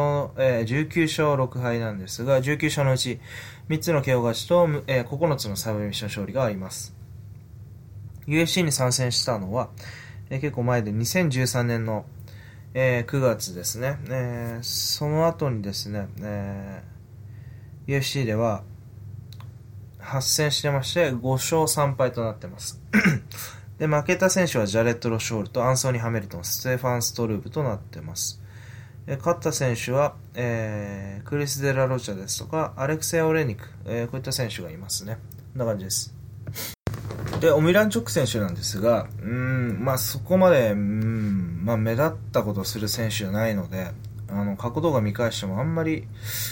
19勝6敗なんですが、19勝のうち3つの KO 勝ちと、9つのサブミッション勝利があります。UFC に参戦したのは、結構前で2013年の、9月ですね。その後にですね、UFC では8戦してまして、5勝3敗となってます。で、負けた選手はジャレット・ロショールとアンソニー・ハミルトン、ステファン・ストルーブとなっています。勝った選手は、クリス・デラ・ロチャですとか、アレクセイ・オレニク、こういった選手がいますね。こんな感じです。で、オミランチョック選手なんですが、そこまで、目立ったことをする選手じゃないので、過去動画見返してもあんまり、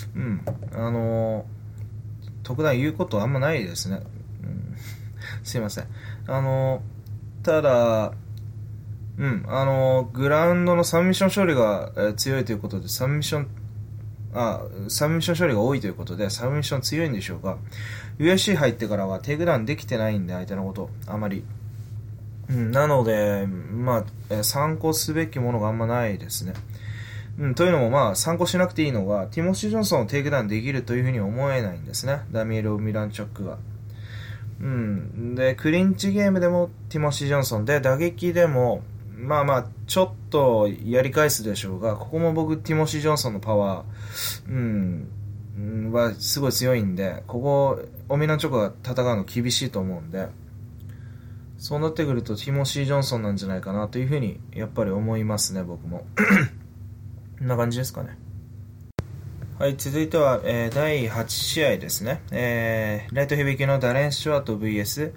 特段言うことはあんまないですね。すいません。ただ、グラウンドのサブミッション勝利が、強いということで、サブミッション勝利が多いということで、サブミッション強いんでしょうが、UFC 入ってからはテイクダウンできてないんで、相手のこと、あまり。なので、参考すべきものがあんまないですね。というのも参考しなくていいのが、ティモシー・ジョンソンをテイクダウンできるというふうに思えないんですね。ダニエル・オミランチョックが。で、クリンチゲームでもティモシー・ジョンソンで、打撃でも、ちょっとやり返すでしょうが、ここも僕、ティモシー・ジョンソンのパワー、はすごい強いんで、ここ、オミランチョックが戦うの厳しいと思うんで、そうなってくるとティモシー・ジョンソンなんじゃないかなというふうに、やっぱり思いますね、僕も。こんな感じですかね。はい、続いては、第8試合ですね。ライトヘビー級のダレン・スチュワート VS、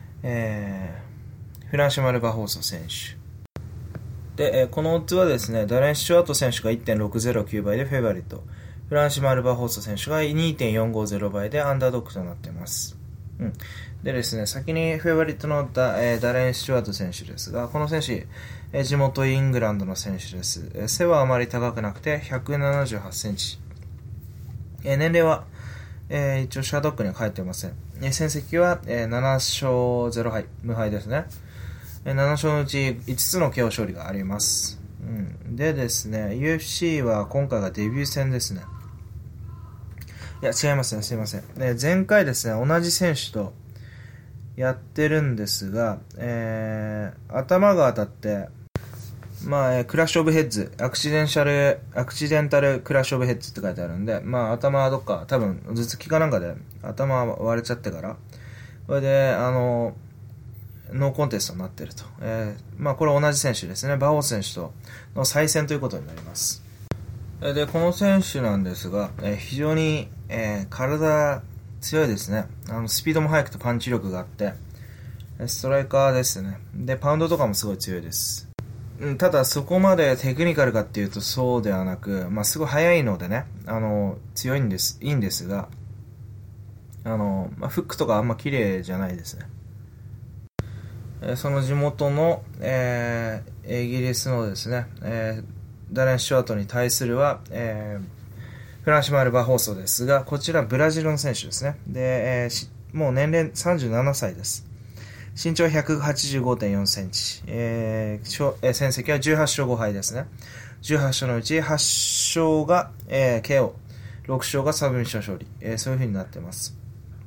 フランシュ・マルバホーソ選手。で、このオッズはですね、ダレン・スチュワート選手が 1.609 倍でフェイバリット。フランシュ・マルバホーソ選手が 2.450 倍でアンダードックとなっています。でですね、先にフェイバリットのダレン・スチュワート選手ですが、この選手、地元イングランドの選手です。背はあまり高くなくて178センチ。年齢は、一応シャードックには書いてません。戦績は、7勝0敗、無敗ですね。7勝のうち5つの KO 勝利があります。でですね、UFC は今回がデビュー戦ですね。いや、違いますね、すいません。前回ですね、同じ選手と、 やってるんですが、頭が当たって、クラッシュオブヘッズ、アクシデンタルクラッシュオブヘッズって書いてあるんで、頭はどっか、多分、頭突きかなんかで頭割れちゃってから、これで、ノーコンテストになってると。これ同じ選手ですね。バオ選手との再戦ということになります。で、この選手なんですが、非常に、体強いですね。スピードも速くてパンチ力があって、ストライカーですね。で、パウンドとかもすごい強いです。ただ、そこまでテクニカルかっていうとそうではなく、すごい速いのでね、強いんです、いいんですが、フックとかあんま綺麗じゃないですね。その地元の、イギリスのですね、ダレン・シュワートに対するは、フランシュマール・バホーソですが、こちらブラジルの選手ですね。で、もう年齢37歳です。身長 185.4 センチ、戦績は18勝5敗ですね。18勝のうち8勝が、KO、6勝がサブミッション勝利、そういう風になっています。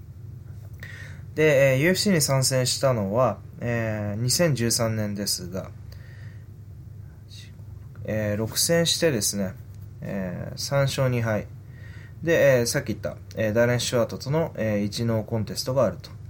で、UFC に参戦したのは、2013年ですが、6戦してですね、3勝2敗で、さっき言った、ダレン・シュワートとの、1ノーコンテストがあると。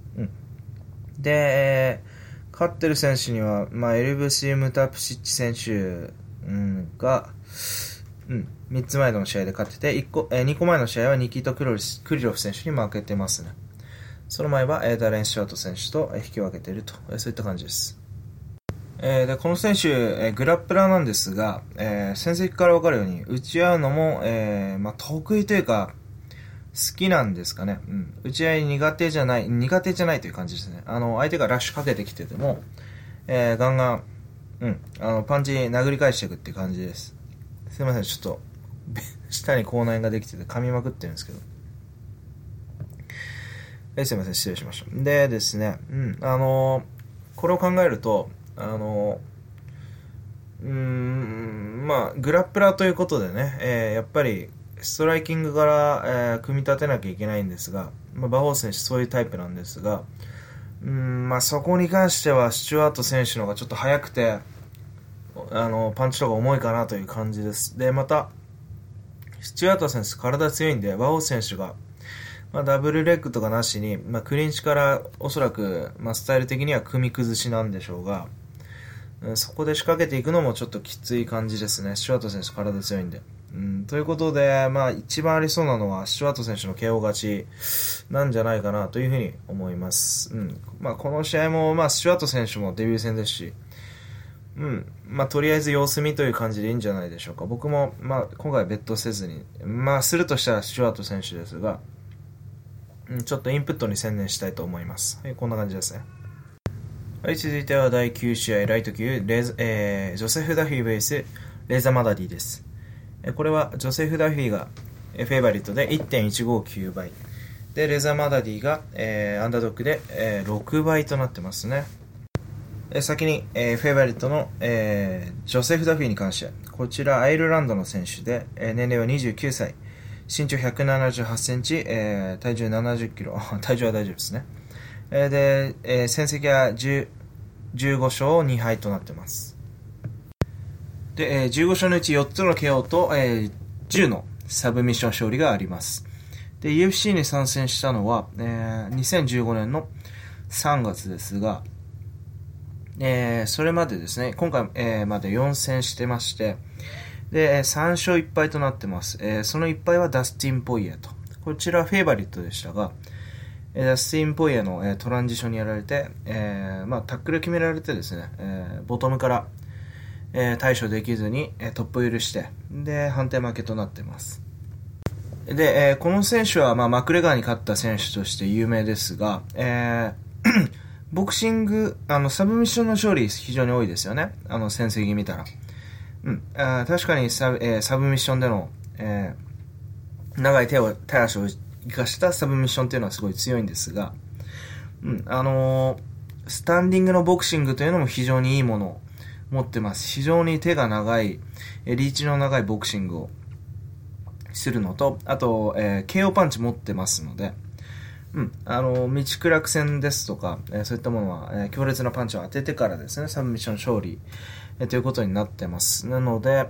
で、勝ってる選手には、エルブシー・ムタプシッチ選手、が、3つ前の試合で勝ってて、2個前の試合はニキータ・クリロフ選手に負けてますね。その前は、ダレン・シュワート選手と引き分けていると、そういった感じです。でこの選手、グラップラーなんですが、戦績から分かるように打ち合うのも、得意というか好きなんですかね。打ち合い苦手じゃないという感じですね。相手がラッシュかけてきてても、ガンガン、パンチ殴り返していくっていう感じです。すいません、ちょっと下に口内炎ができてて噛みまくってるんですけど、すいません、失礼しました。でですね、これを考えると、グラップラーということでね、やっぱりストライキングから、組み立てなきゃいけないんですが、バホー選手そういうタイプなんですが、そこに関してはスチュワート選手の方がちょっと速くて、パンチとか重いかなという感じです。で、またスチュワート選手体強いんで、バホー選手がダブルレッグとかなしに、クリンチからおそらく、スタイル的には組み崩しなんでしょうが、そこで仕掛けていくのもちょっときつい感じですね。スチュワート選手体強いんで。ということで、一番ありそうなのはスチュワート選手の KO 勝ちなんじゃないかなというふうに思います。この試合も、スチュワート選手もデビュー戦ですし、とりあえず様子見という感じでいいんじゃないでしょうか。僕も、今回ベットせずに、するとしたらスチュワート選手ですが、ちょっとインプットに専念したいと思います。こんな感じですね。はい、続いては第9試合、ライト級、ジョセフ・ダフィー vs レーザ・マダディです。これはジョセフ・ダフィーがフェイバリットで 1.159 倍。で、レーザ・マダディがアンダードッグで6倍となってますね。先にフェイバリットのジョセフ・ダフィーに関して、こちらアイルランドの選手で年齢は29歳。身長178センチ、体重70キロ。体重は大丈夫ですね。で、戦績は15勝2敗となっています。で、15勝のうち4つの KO と、10のサブミッション勝利があります。で、UFC に参戦したのは、2015年の3月ですが、それまでですね、今回、まで4戦してまして、で、3勝1敗となってます。その1敗はダスティン・ポイエと。こちらはフェイバリットでしたが、ダスティン・ポイエの、トランジションにやられて、タックル決められてですね、ボトムから、対処できずに、トップ許して、で、判定負けとなっています。で、この選手は、マクレガーに勝った選手として有名ですが、ボクシング、サブミッションの勝利非常に多いですよね。戦績見たら。確かにサブミッションでの、長い手足を生かしたサブミッションっていうのはすごい強いんですが、スタンディングのボクシングというのも非常にいいものを持ってます。非常に手が長い、リーチの長いボクシングをするのと、あと、KO パンチ持ってますので、 道暗く戦ですとか、そういったものは、強烈なパンチを当ててからですね、サブミッション勝利、ということになってます。なので、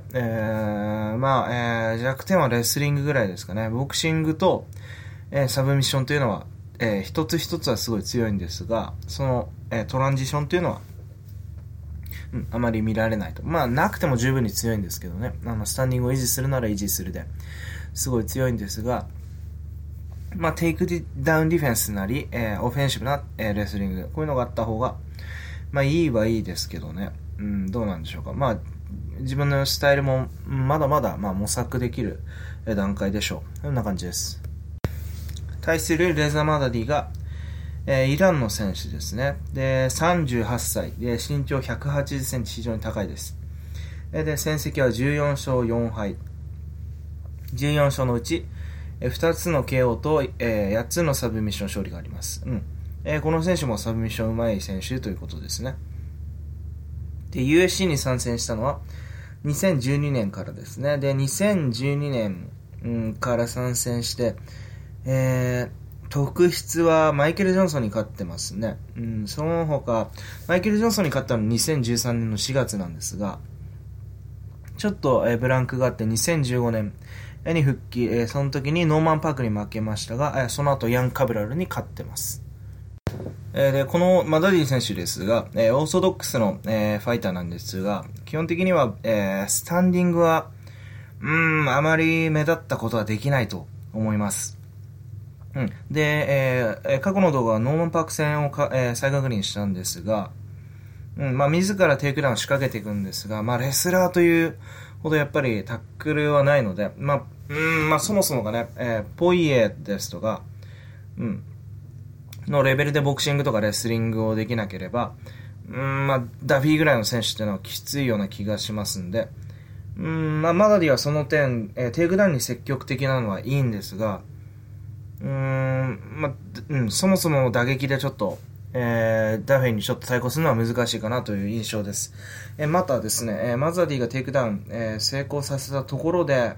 弱点はレスリングぐらいですかね。ボクシングと、サブミッションというのは、一つ一つはすごい強いんですが、その、トランジションというのは、あまり見られないと。なくても十分に強いんですけどね。スタンディングを維持するなら維持するで、すごい強いんですが、テイクダウンディフェンスなり、オフェンシブな、レスリング、こういうのがあった方が、いいはいいですけどね。どうなんでしょうか。自分のスタイルも、まだまだ、模索できる段階でしょう。こんな感じです。対するレザ・マダディが、イランの選手ですね。で、38歳。で、身長180センチ、非常に高いです。で、戦績は14勝4敗。14勝のうち、2つの KO と、8つのサブミッション勝利があります。この選手もサブミッション上手い選手ということですね。で、USC に参戦したのは、2012年からですね。で、2012年、から参戦して、特筆はマイケル・ジョンソンに勝ってますね。その他、マイケル・ジョンソンに勝ったのは2013年の4月なんですが、ちょっと、ブランクがあって2015年に復帰、その時にノーマン・パークに負けましたが、その後ヤン・カブラルに勝ってます。で、このマダディ選手ですが、オーソドックスの、ファイターなんですが、基本的には、スタンディングは、あまり目立ったことはできないと思います。で、過去の動画はノーマンパーク戦を再確認したんですが、自らテイクダウン仕掛けていくんですが、レスラーというほどやっぱりタックルはないので、そもそもがね、ポイエですとか、のレベルでボクシングとかレスリングをできなければ、ダフィーぐらいの選手っていうのはきついような気がしますんで、マダディはその点、テイクダウンに積極的なのはいいんですが、そもそも打撃でちょっと、ダフェイにちょっと対抗するのは難しいかなという印象です。またですね、マザディがテイクダウン、成功させたところで、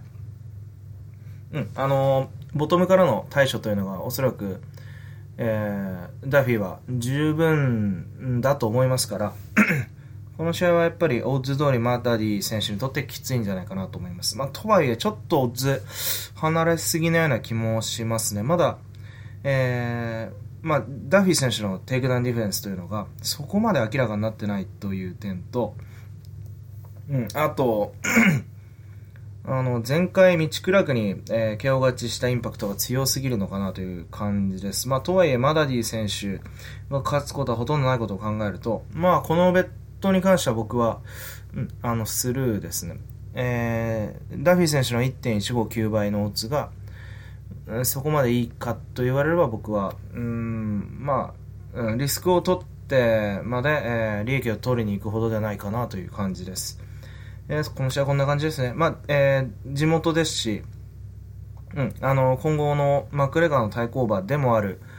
ボトムからの対処というのがおそらく、ダフィーは十分だと思いますからこの試合はやっぱりオッズ通りマダディ選手にとってきついんじゃないかなと思います。とはいえちょっとオッズ離れすぎなような気もしますね。まだ、ダフィー選手のテイクダウンディフェンスというのがそこまで明らかになってないという点と、あと前回道暗くに、KO 勝ちしたインパクトが強すぎるのかなという感じです。とはいえマダディ選手が勝つことはほとんどないことを考えると、このベットに関しては僕は、スルーですね。ダフィー選手の 1.159 倍のオッズが、そこまでいいかと言われれば僕は、リスクを取ってまで、利益を取りに行くほどではないかなという感じです。この試合はこんな感じですね。地元ですし、今後のマクレガーの対抗馬でもある、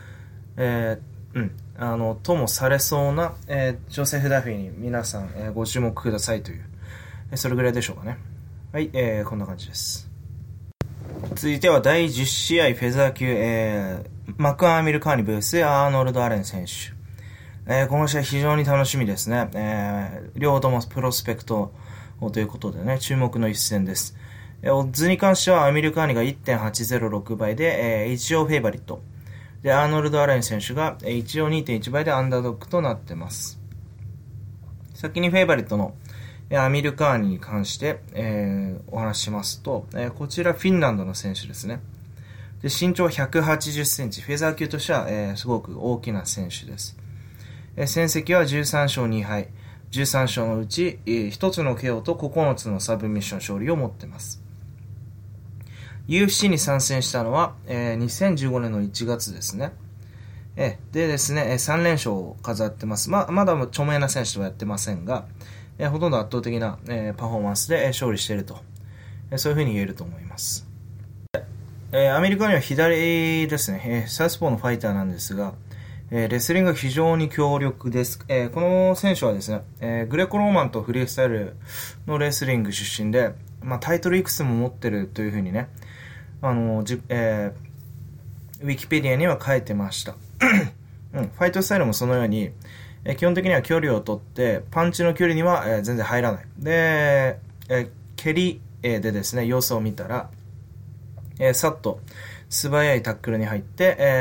ともされそうな、ジョセフ・ダフィーに皆さん、ご注目くださいという、それぐらいでしょうかね。はい、こんな感じです。続いては第10試合フェザー級、マクアーミル・カーニ vs アーノルド・アレン選手。この試合非常に楽しみですね。両方ともプロスペクトということでね、注目の一戦です。オッズに関してはアーミル・カーニが 1.806 倍で、一応フェイバリット。で、アーノルド・アレン選手が一応 2.1 倍でアンダードッグとなってます。先にフェイバリットのアーミル・カーニに関して、お話ししますと、こちらフィンランドの選手ですね。で、身長180センチ、フェザー級としては、すごく大きな選手です。戦績は13勝2敗。13勝のうち、1つの KO と9つのサブミッション勝利を持っています。UFC に参戦したのは、2015年の1月ですね。でですね、3連勝を飾ってます。まだ著名な選手とはやってませんが、ほとんど圧倒的な、パフォーマンスで勝利していると、そういうふうに言えると思います。アメリカには左ですね、サウスポーのファイターなんですが、レスリングが非常に強力です。この選手はですね、グレコローマンとフリースタイルのレスリング出身で、タイトルいくつも持ってるというふうにね、 ウィキペディアには書いてました。ファイトスタイルもそのように、基本的には距離を取って、パンチの距離には、全然入らない。で、蹴り、でですね、様子を見たら、さっと素早いタックルに入って、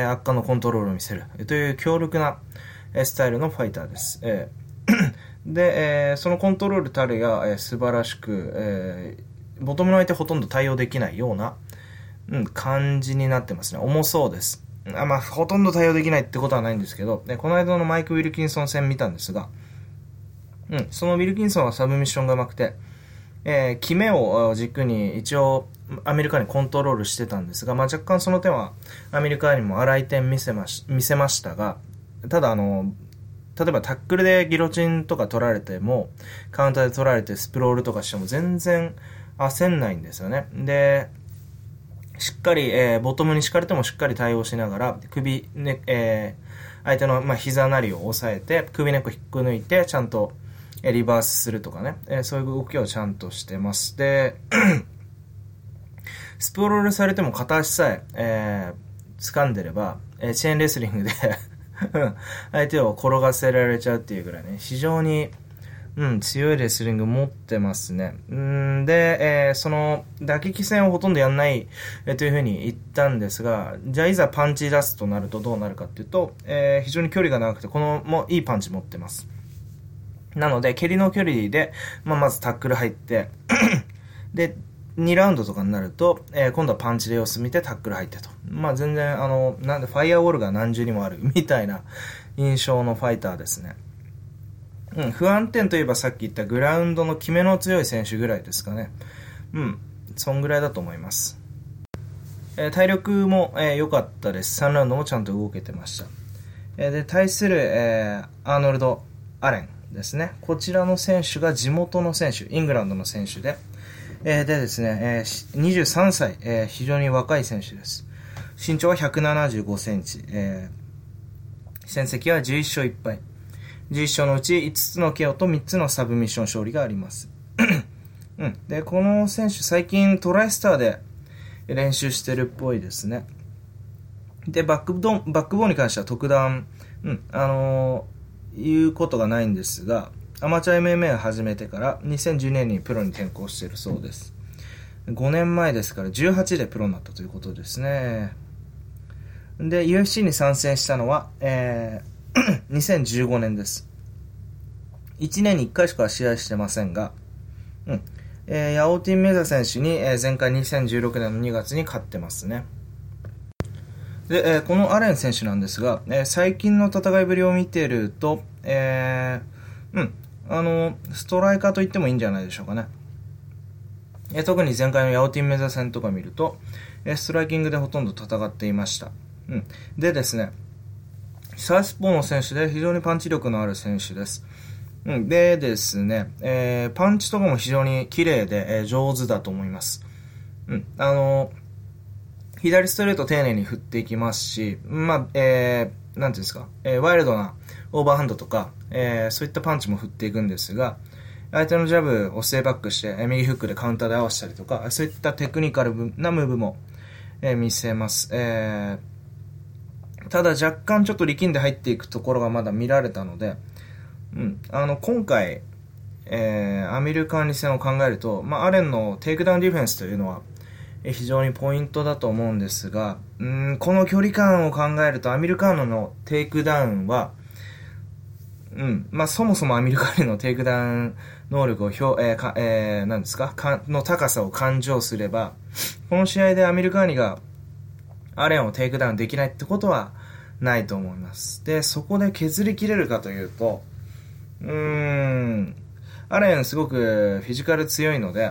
圧巻のコントロールを見せるという強力なスタイルのファイターです。で、そのコントロールたるや、素晴らしく、ボトムの相手ほとんど対応できないような、感じになってますね。重そうです。ほとんど対応できないってことはないんですけど、この間のマイク・ウィルキンソン戦見たんですが、そのウィルキンソンはサブミッションが上手くて、決めを軸に一応アメリカにコントロールしてたんですが、若干その点はアメリカにも荒い点見せましたが、ただ例えばタックルでギロチンとか取られても、カウンターで取られてスプロールとかしても全然焦んないんですよね。で、しっかり、ボトムに敷かれてもしっかり対応しながら、首、ね、相手の、膝なりを押さえて、首根っこ引っこ抜いて、ちゃんと、リバースするとかね、そういう動きをちゃんとしてます。で、スプロールされても片足さえ掴んでれば、チェーンレスリングで相手を転がせられちゃうっていうぐらいね、非常に、強いレスリング持ってますね。で、その打撃戦をほとんどやんない、というふうに言ったんですが、じゃあいざパンチ出すとなるとどうなるかっていうと、非常に距離が長くて、いいパンチ持ってます。なので、蹴りの距離で、まずタックル入って、で、2ラウンドとかになると、今度はパンチで様子見てタックル入ってと。全然、なんでファイアウォールが何重にもあるみたいな印象のファイターですね。不安点といえばさっき言ったグラウンドの決めの強い選手ぐらいですかね。そんぐらいだと思います。体力も良かったです。3ラウンドもちゃんと動けてました。で、対する、アーノルド・アレンですね。こちらの選手が地元の選手、イングランドの選手で、でですね、23歳、非常に若い選手です。身長は175センチ、戦績は11勝1敗。11勝のうち5つの KO と3つのサブミッション勝利があります。で、この選手最近トライスターで練習してるっぽいですね。で、バックボーンに関しては特段、言うことがないんですが、アマチュア MMA を始めてから2010年にプロに転向しているそうです。5年前ですから18でプロになったということですね。で、UFC に参戦したのは、2015年です。1年に1回しか試合してませんが、ヤオティン・メザ選手に、前回2016年の2月に勝ってますね。で、このアレン選手なんですが、最近の戦いぶりを見ていると、ストライカーと言ってもいいんじゃないでしょうかね。特に前回のヤオティン・メザ戦とか見ると、ストライキングでほとんど戦っていました。でですね、サウスポーの選手で非常にパンチ力のある選手です。でですね、パンチとかも非常に綺麗で、上手だと思います。左ストレート丁寧に振っていきますし、なんていうんですか、ワイルドなオーバーハンドとか、そういったパンチも振っていくんですが、相手のジャブをステイバックして、右フックでカウンターで合わせたりとか、そういったテクニカルなムーブも、見せます。ただ若干ちょっと力んで入っていくところがまだ見られたので、今回、アメリカン戦を考えると、アレンのテイクダウンディフェンスというのは、非常にポイントだと思うんですが、この距離感を考えるとアメリカーノのテイクダウンは、そもそもアメリカーノのテイクダウン能力をなんですかの高さを勘定すれば、この試合でアメリカーニがアレンをテイクダウンできないってことはないと思います。で、そこで削りきれるかというと、アレンすごくフィジカル強いので、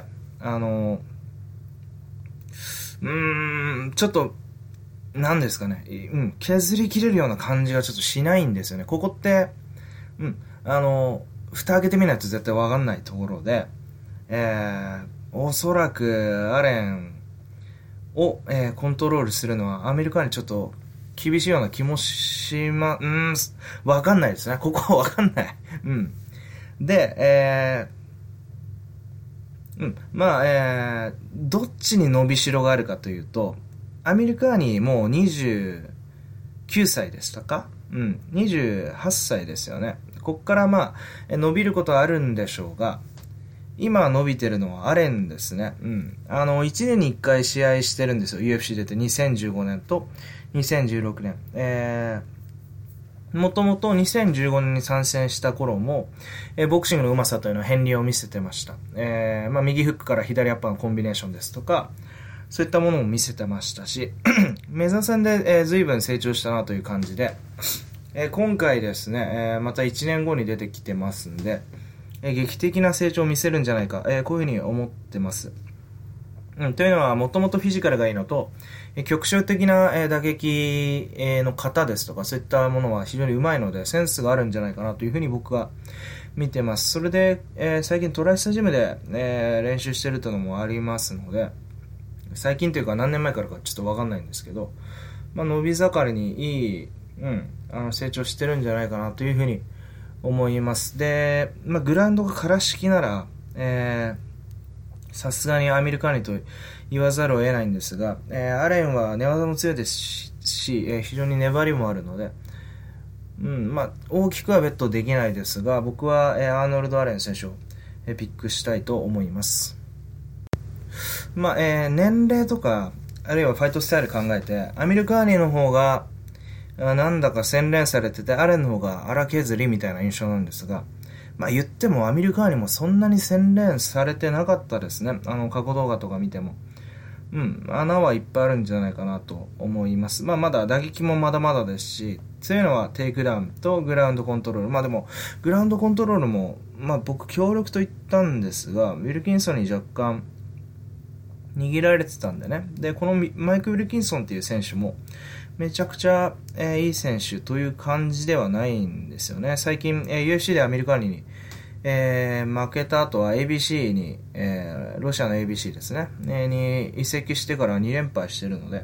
ちょっと、なんですかね、削りきれるような感じがちょっとしないんですよね。ここって、蓋開けてみないと絶対わかんないところで、おそらくアレンを、コントロールするのはアメリカにちょっと厳しいような気もわかんないですね。ここはわかんない。で、どっちに伸びしろがあるかというと、 アメリカにもう29歳でしたか？28歳ですよね。こっから伸びることはあるんでしょうが、今伸びてるのはアレンですね。1年に1回試合してるんですよ。UFC 出て2015年と2016年。もともと2015年に参戦した頃も、ボクシングの上手さというのは片鱗を見せてました。右フックから左アッパーのコンビネーションですとか、そういったものも見せてましたし、メジャー戦で、随分成長したなという感じで、今回ですね、また1年後に出てきてますんで、劇的な成長を見せるんじゃないか、こういうふうに思ってます。というのは、もともとフィジカルがいいのと、局所的な打撃の型ですとか、そういったものは非常にうまいので、センスがあるんじゃないかなというふうに僕は見てます。それで、最近トライスタジムで、練習してるというのもありますので、最近というか何年前からかちょっとわかんないんですけど、伸び盛りにいい、成長してるんじゃないかなというふうに思います。で、グラウンドが空敷なら、さすがにアメリカにと言わざるを得ないんですが、アレンは寝技も強いですし、非常に粘りもあるので、大きくはベットできないですが、僕は、アーノルド・アレン選手を、ピックしたいと思います。年齢とか、あるいはファイトスタイル考えて、アミルカーニの方が、なんだか洗練されてて、アレンの方が荒削りみたいな印象なんですが、言ってもアミルカーニもそんなに洗練されてなかったですね。過去動画とか見ても。穴はいっぱいあるんじゃないかなと思います。まだ打撃もまだまだですし、強いのはテイクダウンとグラウンドコントロール。でも、グラウンドコントロールも、僕強力と言ったんですが、ウィルキンソンに若干、握られてたんでね。で、このマイク・ウィルキンソンっていう選手も、めちゃくちゃ、いい選手という感じではないんですよね。最近、UFC でアメリカに、負けた後は ABC に、ロシアの ABC ですね、に移籍してから2連敗してるので、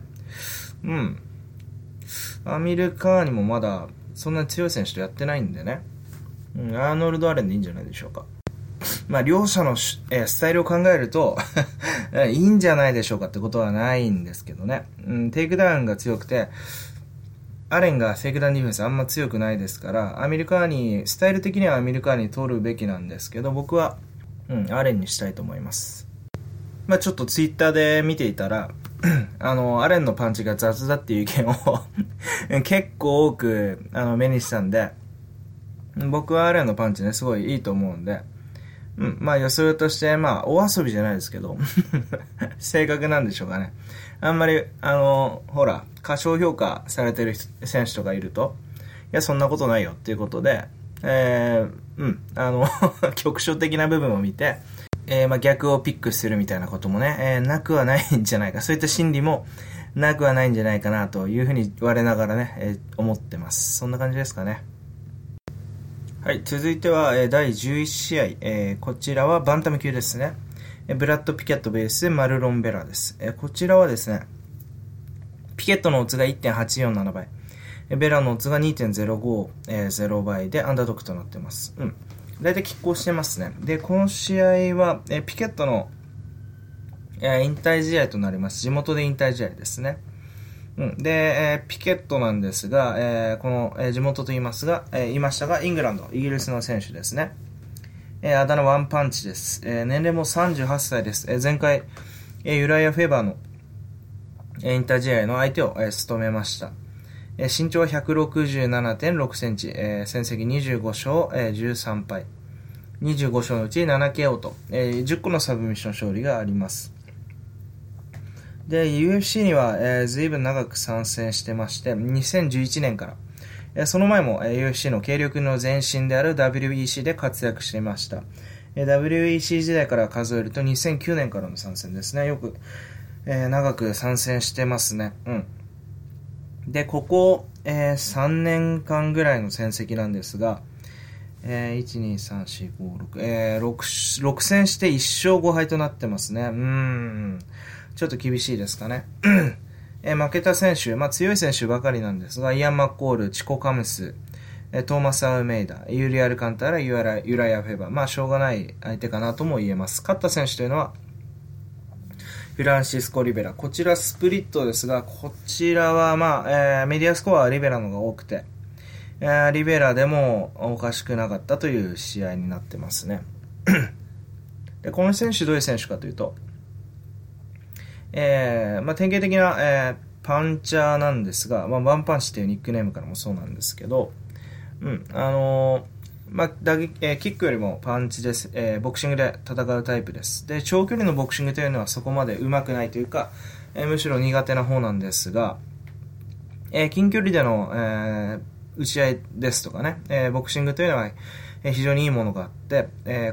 アメリカにもまだそんなに強い選手とやってないんでね、アーノルド・アレンでいいんじゃないでしょうか。両者の、スタイルを考えるといいんじゃないでしょうかってことはないんですけどね。テイクダウンが強くて、アレンがテイクダウンディフェンスあんま強くないですから、アメリカに、スタイル的にはアメリカに取るべきなんですけど、僕は、アレンにしたいと思います。ちょっとツイッターで見ていたら、アレンのパンチが雑だっていう意見を結構多く、目にしたんで、僕はアレンのパンチね、すごいいいと思うんで、予想として、お遊びじゃないですけど、正確なんでしょうかね。あんまり、過小評価されてる選手とかいると、いや、そんなことないよっていうことで、局所的な部分を見て、逆をピックするみたいなこともね、なくはないんじゃないか。そういった心理もなくはないんじゃないかなというふうに言われながらね、思ってます。そんな感じですかね。はい、続いては、第11試合、こちらはバンタム級ですね。ブラッド・ピケットベース、マルロン・ベラです。こちらはですね、ピケットのオッズが 1.847 倍、ベラのオッズが 2.050 倍でアンダードックとなっています。大体拮抗してますね。で、この試合は、ピケットの、引退試合となります。地元で引退試合ですね。で、ピケットなんですが、この、地元と言いましたが、イングランド、イギリスの選手ですね。あだ名ワンパンチです。年齢も38歳です。前回、ユライア・フェバーの、引退試合の相手を、務めました。身長は 167.6 センチ、戦績25勝、13敗。25勝のうち 7KO と、10個のサブミッション勝利があります。で、UFC には、随分長く参戦してまして、2011年から、その前も、UFC の軽力の前身である WEC で活躍していました。WEC 時代から数えると2009年からの参戦ですね。よく、長く参戦してますね。で、ここ、3年間ぐらいの戦績なんですが、1、2、3、4、5、6、6戦して1勝5敗となってますね。ちょっと厳しいですかね。負けた選手、強い選手ばかりなんですが、イアン・マッコール、チコ・カムス、トーマス・アウメイダ、ユリアル・カンタラ、ユライア・フェバー。しょうがない相手かなとも言えます。勝った選手というのは、 フランシスコ・リベラ。こちらスプリットですが、こちらはメディアスコアはリベラのが多くて、リベラでもおかしくなかったという試合になってますね。でこの選手どういう選手かというと、典型的な、パンチャーなんですが、ワンパンチというニックネームからもそうなんですけど、打撃キックよりもパンチです、ボクシングで戦うタイプです。で、長距離のボクシングというのはそこまで上手くないというか、むしろ苦手な方なんですが、近距離での、打ち合いですとかね、ボクシングというのは、非常にいいものがあって、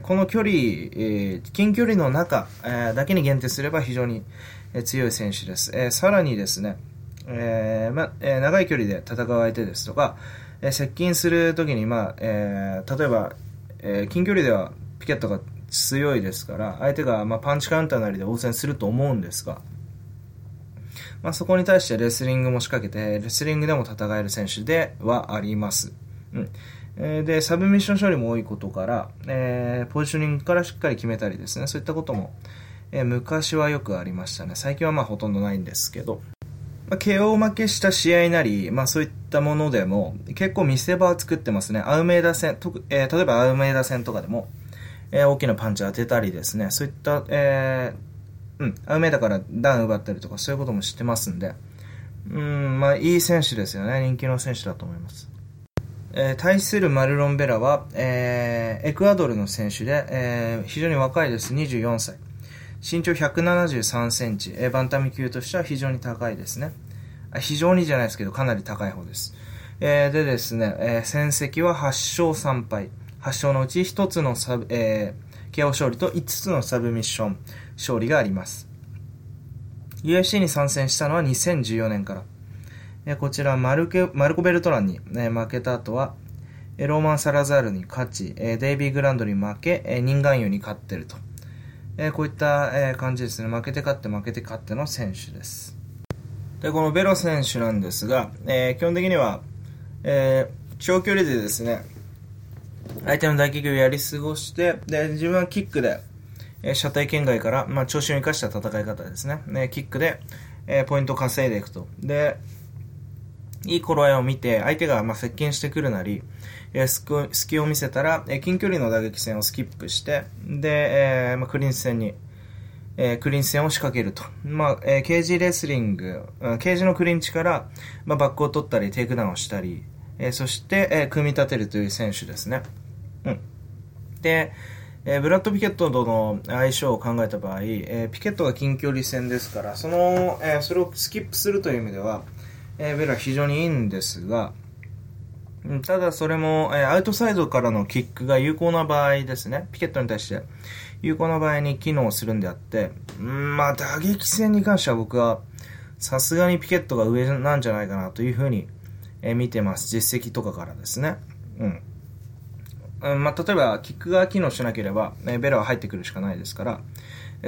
この距離、近距離の中、だけに限定すれば非常に、強い選手です。さらにですね、長い距離で戦う相手ですとか、接近するときに、例えば、近距離ではピケットが強いですから、相手が、パンチカウンターなりで応戦すると思うんですが、そこに対してレスリングも仕掛けて、レスリングでも戦える選手ではあります。で、サブミッション処理も多いことから、ポジショニングからしっかり決めたりですね、そういったことも、昔はよくありましたね。最近はほとんどないんですけど、KO 負けした試合なり、そういったものでも結構見せ場を作ってますね。アウメイダ戦、例えばアウメイダ戦とかでも、大きなパンチを当てたりですね、そういった、アウメイダからダウン奪ったりとかそういうことも知ってますんで、いい選手ですよね。人気の選手だと思います。対するマルロン・ベラは、エクアドルの選手で、非常に若いです。24歳。身長173センチ、バンタム級としては非常に高いですね。非常にじゃないですけど、かなり高い方です。でですね、戦績は8勝3敗。8勝のうち1つのKO 勝利と5つのサブミッション勝利があります。UFC に参戦したのは2014年から。こちらマルコ・ベルトランに、負けた後は、ローマン・サラザールに勝ち、デイビー・グランドに負け、ニンガンユに勝っていると。こういった、感じですね。負けて勝っての選手です。で、このベロ選手なんですが、基本的には、長距離でですね、相手の打撃をやり過ごして、で、自分はキックで、射程圏外から、長身を生かした戦い方ですね。キックで、ポイントを稼いでいくと。で、いい頃合いを見て、相手が接近してくるなり、隙を見せたら、近距離の打撃戦をスキップして、で、クリンチ戦を仕掛けると。ケージレスリング、ケージのクリンチから、バックを取ったり、テイクダウンをしたり、そして、組み立てるという選手ですね。で、ブラッド・ピケットとの相性を考えた場合、ピケットが近距離戦ですから、それをスキップするという意味では、ベルは非常にいいんですが、ただそれも、アウトサイドからのキックが有効な場合ですね、ピケットに対して有効な場合に機能するんであって、打撃戦に関しては僕はさすがにピケットが上なんじゃないかなというふうに、見てます。実績とかからですね。例えばキックが機能しなければ、ベルは入ってくるしかないですから、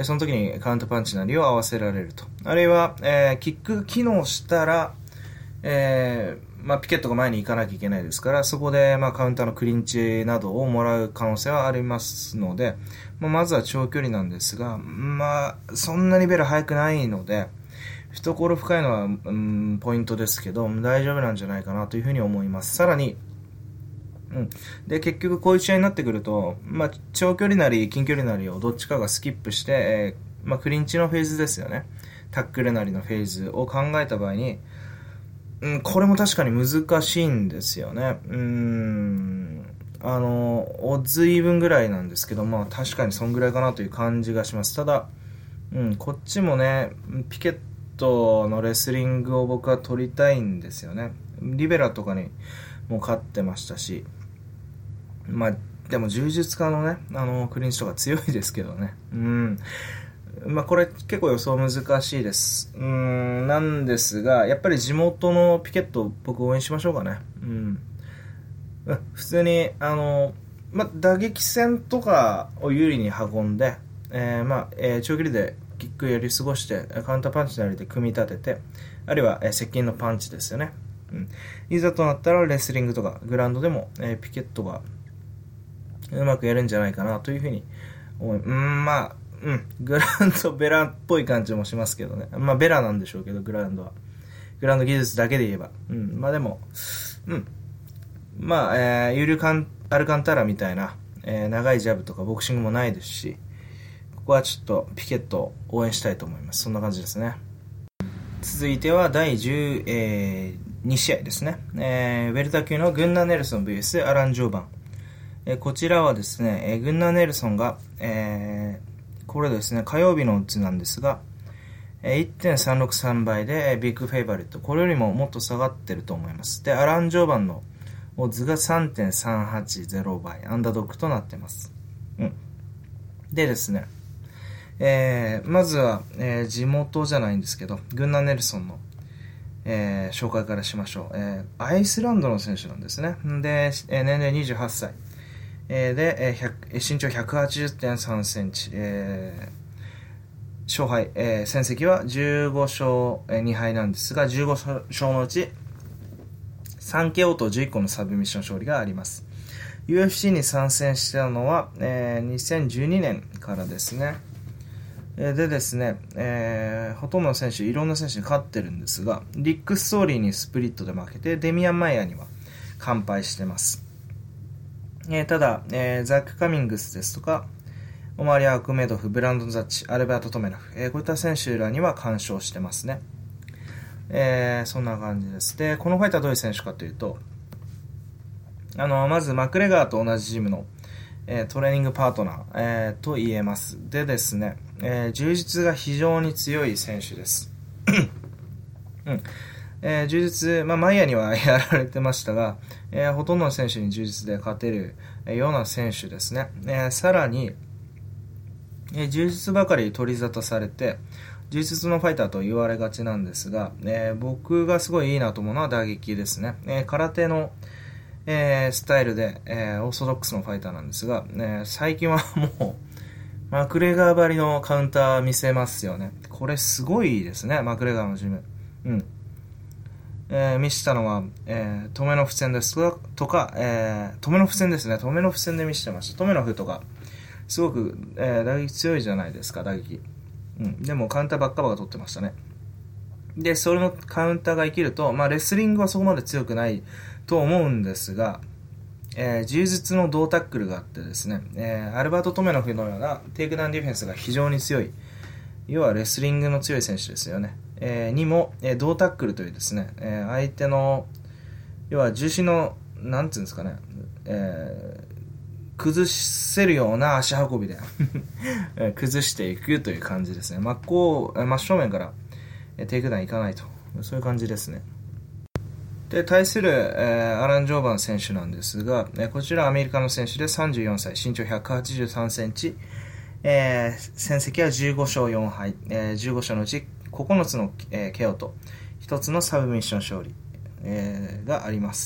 その時にカウントパンチなりを合わせられると。あるいは、キックが機能したら、ピケットが前に行かなきゃいけないですから、そこで、カウンターのクリンチなどをもらう可能性はありますので、まずは長距離なんですが、そんなにベル速くないので、懐深いのは、ポイントですけど、大丈夫なんじゃないかなというふうに思います。さらに、で、結局こういう試合になってくると、長距離なり近距離なりをどっちかがスキップして、クリンチのフェーズですよね。タックルなりのフェーズを考えた場合に、これも確かに難しいんですよね。オッズイーブンぐらいなんですけど、確かにそんぐらいかなという感じがします。ただ、こっちもね、ピケットのレスリングを僕は取りたいんですよね。リベラとかにも勝ってましたし、でも柔術家のね、クリンチとか強いですけどね。これ結構予想難しいです。なんですが、やっぱり地元のピケットを僕応援しましょうかね。普通に、打撃戦とかを有利に運んで、長距離でキックやり過ごして、カウンターパンチなりで組み立てて、あるいは、接近のパンチですよね。いざとなったらレスリングとかグラウンドでも、ピケットがうまくやるんじゃないかなというふうに思い、 グラウンドベラっぽい感じもしますけどね。まあベラなんでしょうけど、グラウンドは。グラウンド技術だけで言えば。まあでも、まあ、ユリアルカンタラみたいな、長いジャブとかボクシングもないですし、ここはちょっとピケットを応援したいと思います。そんな感じですね。続いては第12試合ですね。ウェルター級のグンナー・ネルソン vs アラン・ジョーバン。こちらはですね、グンナー・ネルソンが、これですね、火曜日のオッズなんですが、1.363 倍でビッグフェイバリット。これよりももっと下がってると思います。で、アラン・ジョーバンのオッズが 3.380 倍、アンダードッグとなってます。でですね、まずは、地元じゃないんですけど、グンナー・ネルソンの、紹介からしましょう。アイスランドの選手なんですね。で、年齢28歳。で、身長 180.3 センチ。勝敗、戦績は15勝2敗なんですが、15勝のうち 3KO と11個のサブミッション勝利があります。UFC に参戦したのは、2012年からですね。でですね、ほとんどの選手、いろんな選手に勝ってるんですが、リック・ストーリーにスプリットで負けて、デミアン・マイヤーには完敗してます。ただ、ザック・カミングスですとか、オマリア・アクメドフ、ブランドン・ザッチ、アルベート・トメナフ、こういった選手らには完勝してますね。そんな感じです。で、このファイターはどういう選手かというと、まずマクレガーと同じチームの、トレーニングパートナー、と言えます。でですね、柔術が非常に強い選手です。柔術、マイヤーにはやられてましたが、ほとんどの選手に柔術で勝てるような選手ですね。さらに、柔術ばかり取り沙汰されて、柔術のファイターと言われがちなんですが、僕がすごいいいなと思うのは打撃ですね。空手の、スタイルで、オーソドックスのファイターなんですが、最近はもう、マクレガー張りのカウンター見せますよね。これすごいですね、マクレガーのジム。見せたのは、トメノフ戦ですとか、トメノフ戦ですね。トメノフ戦で見せてました。トメノフとか、すごく、打撃強いじゃないですか、打撃。でもカウンターばっかばっか取ってましたね。で、それのカウンターが生きると、レスリングはそこまで強くないと思うんですが、柔術の同タックルがあってですね、アルバート・トメノフのようなテイクダウンディフェンスが非常に強い、要はレスリングの強い選手ですよね。にも、同タックルというですね、相手の、要は重心の、なんていうんですかね、崩せるような足運びで崩していくという感じですね。真正面からテイクダウンいかないと、そういう感じですね。で、対する、アラン・ジョーバン選手なんですが、こちらアメリカの選手で34歳、身長183センチ、戦績は15勝4敗、15勝のうち9つの、KO と1つのサブミッション勝利、があります。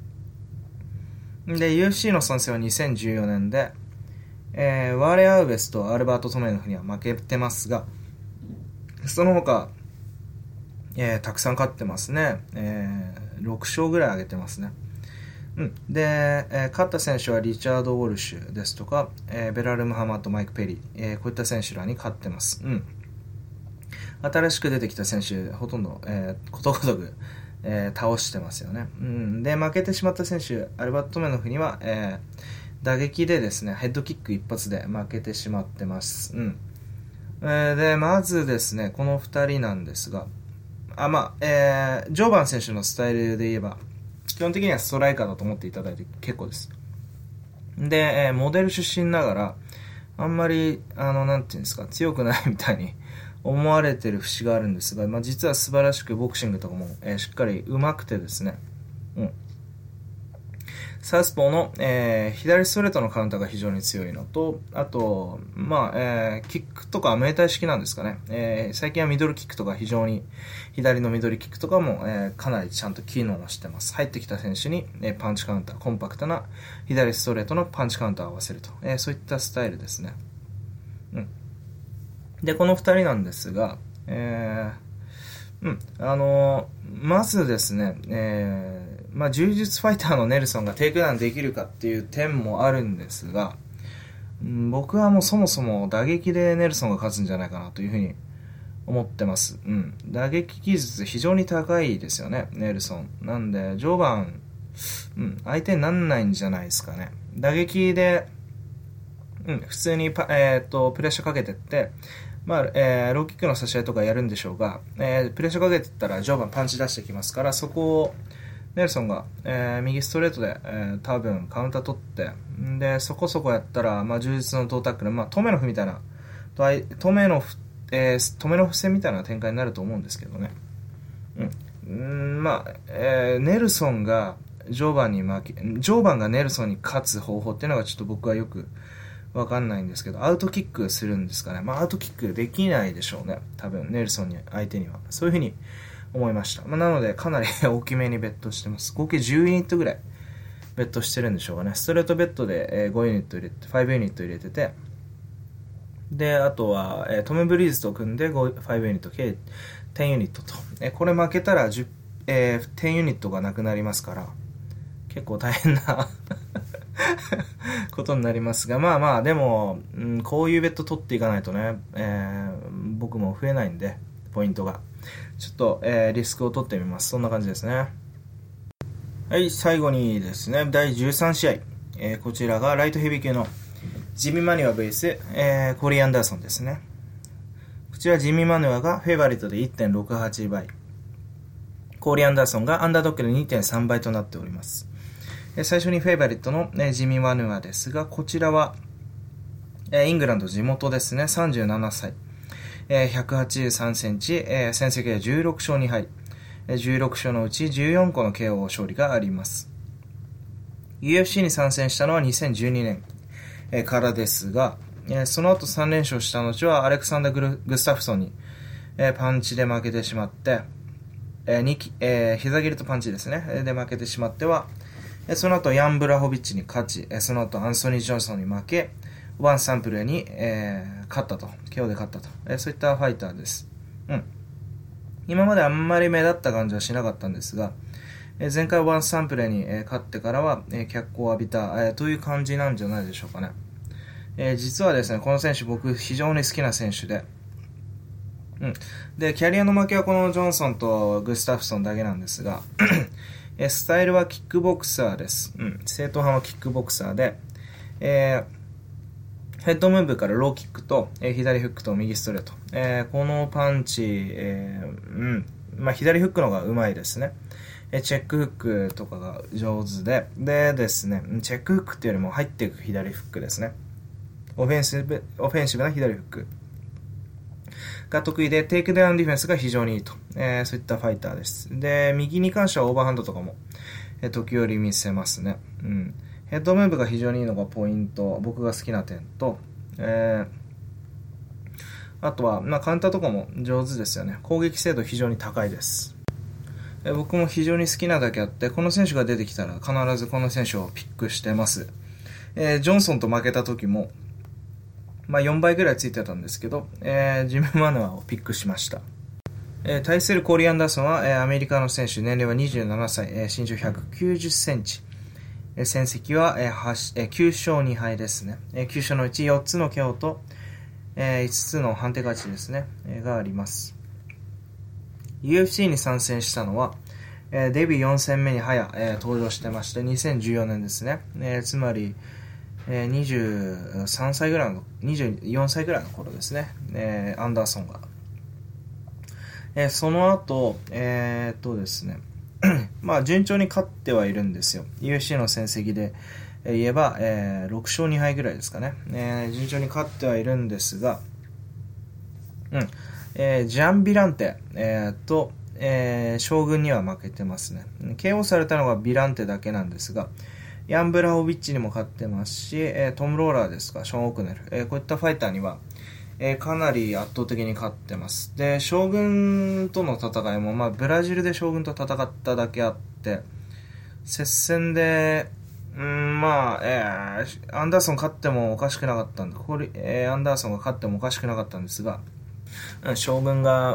で、UFC の参戦は2014年で、ワーレ・アウベスとアルバート・トメノフには負けてますが、その他、たくさん勝ってますね。6勝ぐらい上げてますね。で、勝った選手はリチャード・ウォルシュですとか、ベラル・ムハマッド・マイク・ペリー、こういった選手らに勝ってます。新しく出てきた選手、ほとんど、ことごとく、倒してますよね。で、負けてしまった選手、アルバート・トメノフには、打撃でですね、ヘッドキック一発で負けてしまってます。で、まずですね、この2人なんですが、ジョーバン選手のスタイルで言えば、基本的にはストライカーだと思っていただいて結構です。で、モデル出身ながら、あんまり、なんていうんですか、強くないみたいに思われてる節があるんですが、実は素晴らしくボクシングとかも、しっかり上手くてですね、サウスポーの、左ストレートのカウンターが非常に強いのと、あと、キックとかムエタイ式なんですかね。最近はミドルキックとか非常に、左のミドルキックとかも、かなりちゃんと機能してます。入ってきた選手に、パンチカウンター、コンパクトな左ストレートのパンチカウンターを合わせると。そういったスタイルですね。で、この二人なんですが、まずですね、柔術ファイターのネルソンがテイクダウンできるかっていう点もあるんですが、 僕はもうそもそも打撃でネルソンが勝つんじゃないかなというふうに思ってます。打撃技術非常に高いですよね、ネルソン。なんで、序盤、相手になんないんじゃないですかね。打撃で、普通にプレッシャーかけてって、ローキックの差し合いとかやるんでしょうが、プレッシャーかけてったら序盤パンチ出してきますから、そこをネルソンが、右ストレートで、多分カウンター取って、で、そこそこやったら、充実のトータックル、トメノフみたいな、トメノフ戦みたいな展開になると思うんですけどね。ネルソンがジョーバンがネルソンに勝つ方法っていうのがちょっと僕はよくわかんないんですけど、アウトキックするんですかね。アウトキックできないでしょうね。多分、ネルソンに相手には。そういうふうに思いました。なので、かなり大きめにベットしてます。合計10ユニットぐらいベットしてるんでしょうかね。ストレートベットで5ユニット入れて、5ユニット入れてて、で、あとは、トム・ブリーズと組んで5ユニット、計10ユニットと。これ負けたら10、10ユニットがなくなりますから、結構大変なことになりますが、でも、こういうベッド取っていかないとね、僕も増えないんで、ポイントが。ちょっと、リスクを取ってみます。そんな感じですね。はい、最後にですね、第13試合。こちらがライトヘビー級のジミー・マニュア vs、コリー・アンダーソンですね。こちらジミー・マニュアがフェイバリットで 1.68 倍。コーリー・アンダーソンがアンダードックで 2.3 倍となっております。最初にフェイバリットのジミー・マニュアですが、こちらはイングランド地元ですね、37歳。183センチ、戦績は16勝2敗。16勝のうち14個の KO 勝利があります。UFC に参戦したのは2012年からですが、その後3連勝した後はアレクサンダー・グスタフソンにパンチで負けてしまって、膝切りとパンチですね。で負けてしまっては、その後ヤン・ブラホビッチに勝ち、その後アンソニー・ジョンソンに負け、ワン・サンプルに、勝ったと。KO で勝ったと。そういったファイターです。今まであんまり目立った感じはしなかったんですが、前回ワン・サンプルに、勝ってからは、脚光を浴びた、という感じなんじゃないでしょうかね。実はですね、この選手僕非常に好きな選手で、で、キャリアの負けはこのジョンソンとグスタフソンだけなんですが、スタイルはキックボクサーです。正統派のキックボクサーで、ヘッドムーブからローキックと、左フックと右ストレート。このパンチ、左フックの方が上手いですね。チェックフックとかが上手で、でですね、チェックフックっていうよりも入っていく左フックですね。オフェンシブな左フックが得意で、テイクダウンディフェンスが非常にいいと。そういったファイターです。で、右に関してはオーバーハンドとかも、時折見せますね。ヘッドムーブが非常にいいのがポイント、僕が好きな点と、あとは、カウンターとかも上手ですよね。攻撃精度非常に高いです。僕も非常に好きなだけあって、この選手が出てきたら必ずこの選手をピックしてます。ジョンソンと負けた時も、4倍ぐらいついてたんですけど、ジム・マヌアをピックしました。対するコーリー・アンダーソンは、アメリカの選手、年齢は27歳、身長190センチ。戦績は、9勝2敗ですね。9勝のうち4つの KO と、5つの判定勝ちですね、があります。UFC に参戦したのは、デビュー4戦目に登場してまして、2014年ですね。つまり、23歳ぐらいの、24歳ぐらいの頃ですね。アンダーソンが。その後、ですね。順調に勝ってはいるんですよ。UFC の戦績で言えば、6勝2敗ぐらいですかね。順調に勝ってはいるんですが、ジャン・ビランテ、将軍には負けてますね。KO されたのがビランテだけなんですが、ヤン・ブラホビッチにも勝ってますし、トム・ローラーですか、ショーン・オクネル、こういったファイターには、かなり圧倒的に勝ってます。で、将軍との戦いも、ブラジルで将軍と戦っただけあって、接戦で、アンダーソン勝ってもおかしくなかったんで、アンダーソンが勝ってもおかしくなかったんですが、将軍が、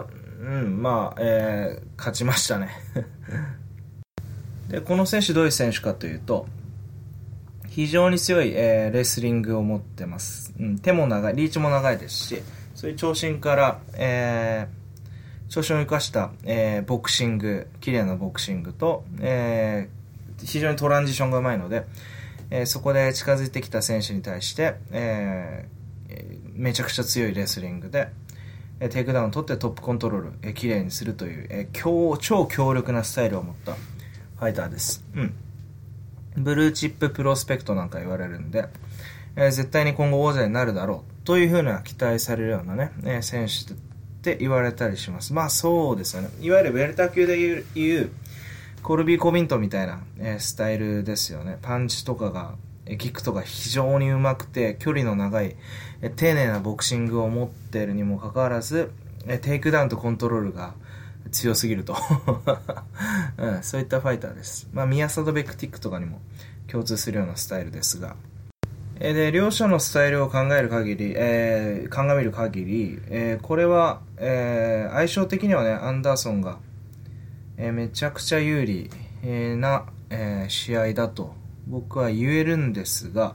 勝ちましたね。で、この選手どういう選手かというと、 非常に強い、レスリングを持ってます。手も長い、リーチも長いですし、そういう長身から、長身を生かした、ボクシング、綺麗なボクシングと、非常にトランジションがうまいので、そこで近づいてきた選手に対して、めちゃくちゃ強いレスリングで、テイクダウンを取ってトップコントロール、綺麗にするという、超強力なスタイルを持ったファイターです。ブルーチッププロスペクトなんか言われるんで、絶対に今後王者になるだろうというふうな期待されるようなね、選手って言われたりします。まあそうですよね。いわゆるウェルター級でいう、コルビー・コビントンみたいな、スタイルですよね。パンチとかが、キックとか非常に上手くて、距離の長い、丁寧なボクシングを持っているにもかかわらず、テイクダウンとコントロールが強すぎると、そういったファイターです。まあ、ミヤサド・ベクティックとかにも共通するようなスタイルですが、で両者のスタイルを考える限り、鑑みる限り、これは、相性的にはね、アンダーソンが、めちゃくちゃ有利、な、試合だと僕は言えるんですが、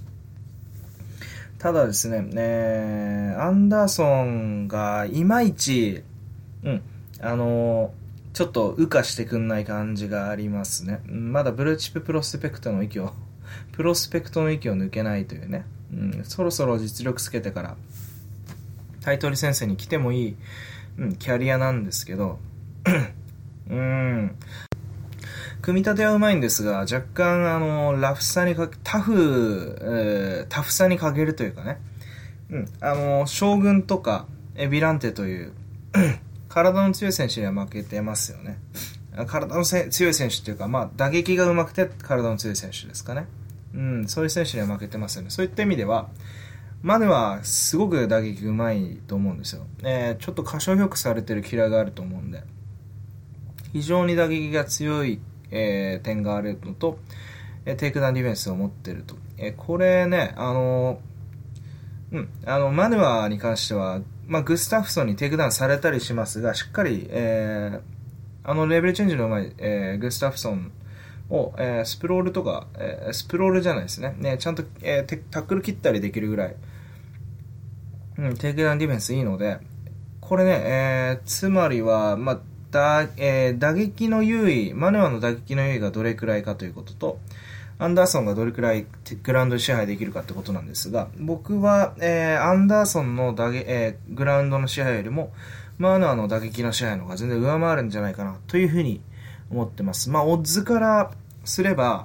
ただですね、アンダーソンがいまいち、ちょっと羽化してくんない感じがありますね。まだブルーチッププロスペクトの域を抜けないというね、そろそろ実力つけてからタイトル戦線に来てもいい、キャリアなんですけど、組み立てはうまいんですが、若干ラフさにタフさに欠けるというかね、将軍とかビランテという体の強い選手には負けてますよね。体の強い選手っていうか、まあ打撃が上手くて体の強い選手ですかね。そういう選手には負けてますよね。そういった意味ではマネはすごく打撃上手いと思うんですよ。ちょっと過小評価されてるキラがあると思うんで、非常に打撃が強い、点があるのと、テイクダウンディフェンスを持ってると。これね、マヌアに関しては、グスタフソンにテイクダウンされたりしますが、しっかり、レベルチェンジのうまい、グスタフソンを、スプロールとか、スプロールじゃないですね。ちゃんと、タックル切ったりできるぐらい、テイクダウンディフェンスいいので、これね、つまりは、打撃の優位、マヌアの打撃の優位がどれくらいかということと、アンダーソンがどれくらいグラウンド支配できるかってことなんですが、僕は、アンダーソンのグラウンドの支配よりも、マヌアの打撃の支配の方が全然上回るんじゃないかなというふうに思ってます。オッズからすれば、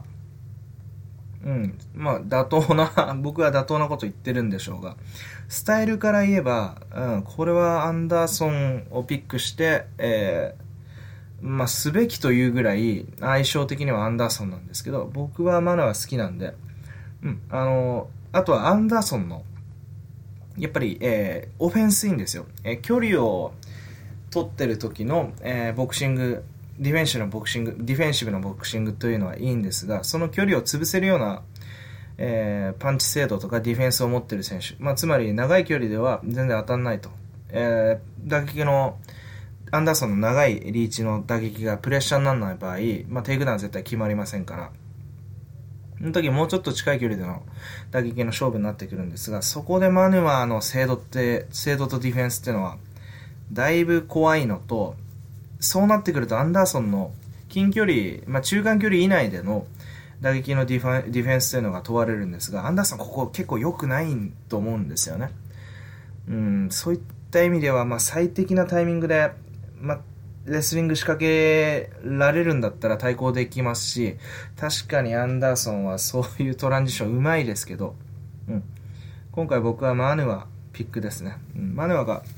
妥当な、僕は妥当なこと言ってるんでしょうが、スタイルから言えば、これはアンダーソンをピックして、すべきというぐらい相性的にはアンダーソンなんですけど、僕はマナは好きなんで、あとはアンダーソンのやっぱり、オフェンスいいんですよ。距離を取ってる時の、ボクシング、ディフェンシブなボクシングというのはいいんですが、その距離を潰せるような、パンチ精度とかディフェンスを持っている選手、つまり長い距離では全然当たんないと、打撃のアンダーソンの長いリーチの打撃がプレッシャーにならない場合、テイクダウン絶対決まりませんから、その時もうちょっと近い距離での打撃の勝負になってくるんですが、そこでマヌアの精度とディフェンスっていうのはだいぶ怖いのと、そうなってくるとアンダーソンの近距離、中間距離以内での打撃のディフェンスというのが問われるんですが、アンダーソンここ結構良くないと思うんですよね。そういった意味では、最適なタイミングで、レスリング仕掛けられるんだったら対抗できますし、確かにアンダーソンはそういうトランジションうまいですけど、今回僕はマヌアピックですね。マヌアが、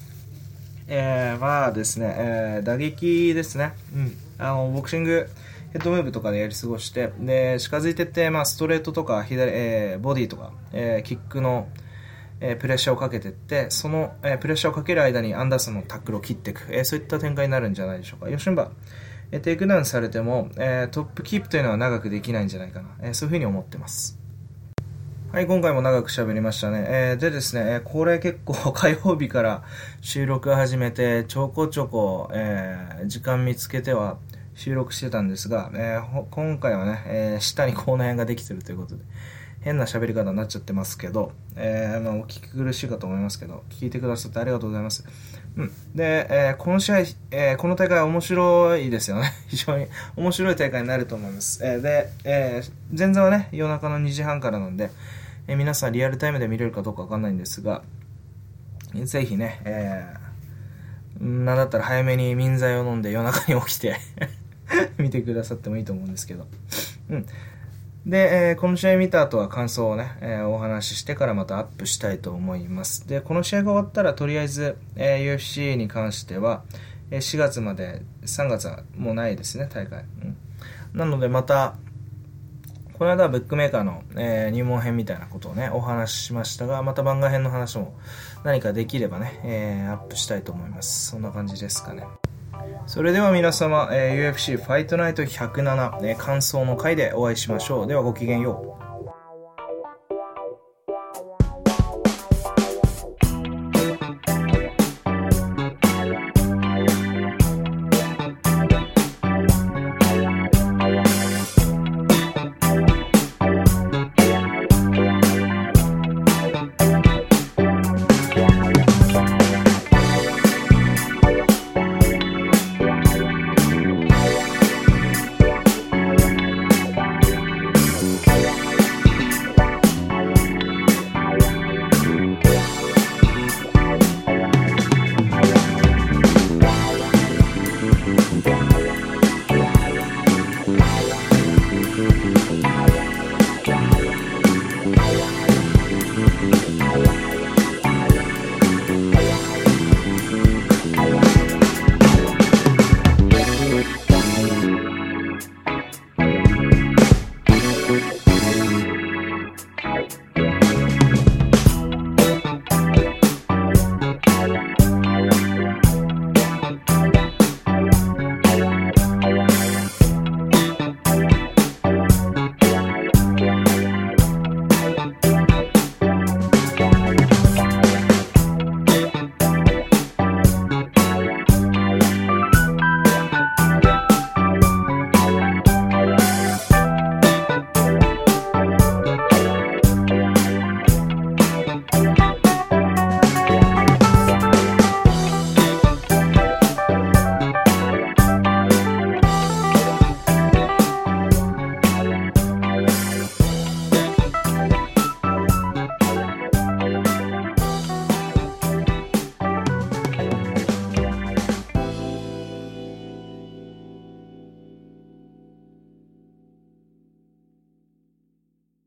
ですね、打撃ですね。ボクシングヘッドムーブとかでやり過ごして、で近づいてって、ストレートとかボディとか、キックのプレッシャーをかけていって、その、プレッシャーをかける間にアンダーソンのタックルを切っていく、そういった展開になるんじゃないでしょうか。ヨシンバ、テイクダウンされても、トップキープというのは長くできないんじゃないかな、そういうふうに思ってます。はい、今回も長く喋りましたね。でですね、これ結構火曜日から収録始めてちょこちょこ、時間見つけては収録してたんですが、今回はね、下に口内炎ができてるということ変な喋り方になっちゃってますけど、お聞き苦しいかと思いますけど、聞いてくださってありがとうございます。で、この試合、この大会面白いですよね。非常に面白い大会になると思います。で、前座はね、夜中の2時半からなんで、皆さんリアルタイムで見れるかどうかわかんないんですが、ぜひね、なんだったら早めに眠剤を飲んで夜中に起きて見てくださってもいいと思うんですけど。で、この試合見た後は感想をね、お話ししてからまたアップしたいと思います。で、この試合が終わったらとりあえず、UFC に関しては、4月まで、3月はもうないですね、大会。なのでまた、この間はブックメーカーの、入門編みたいなことをね、お話ししましたが、また番外編の話も何かできればね、アップしたいと思います。そんな感じですかね。それでは皆様、UFC ファイトナイト107、感想の回でお会いしましょう。ではごきげんよう。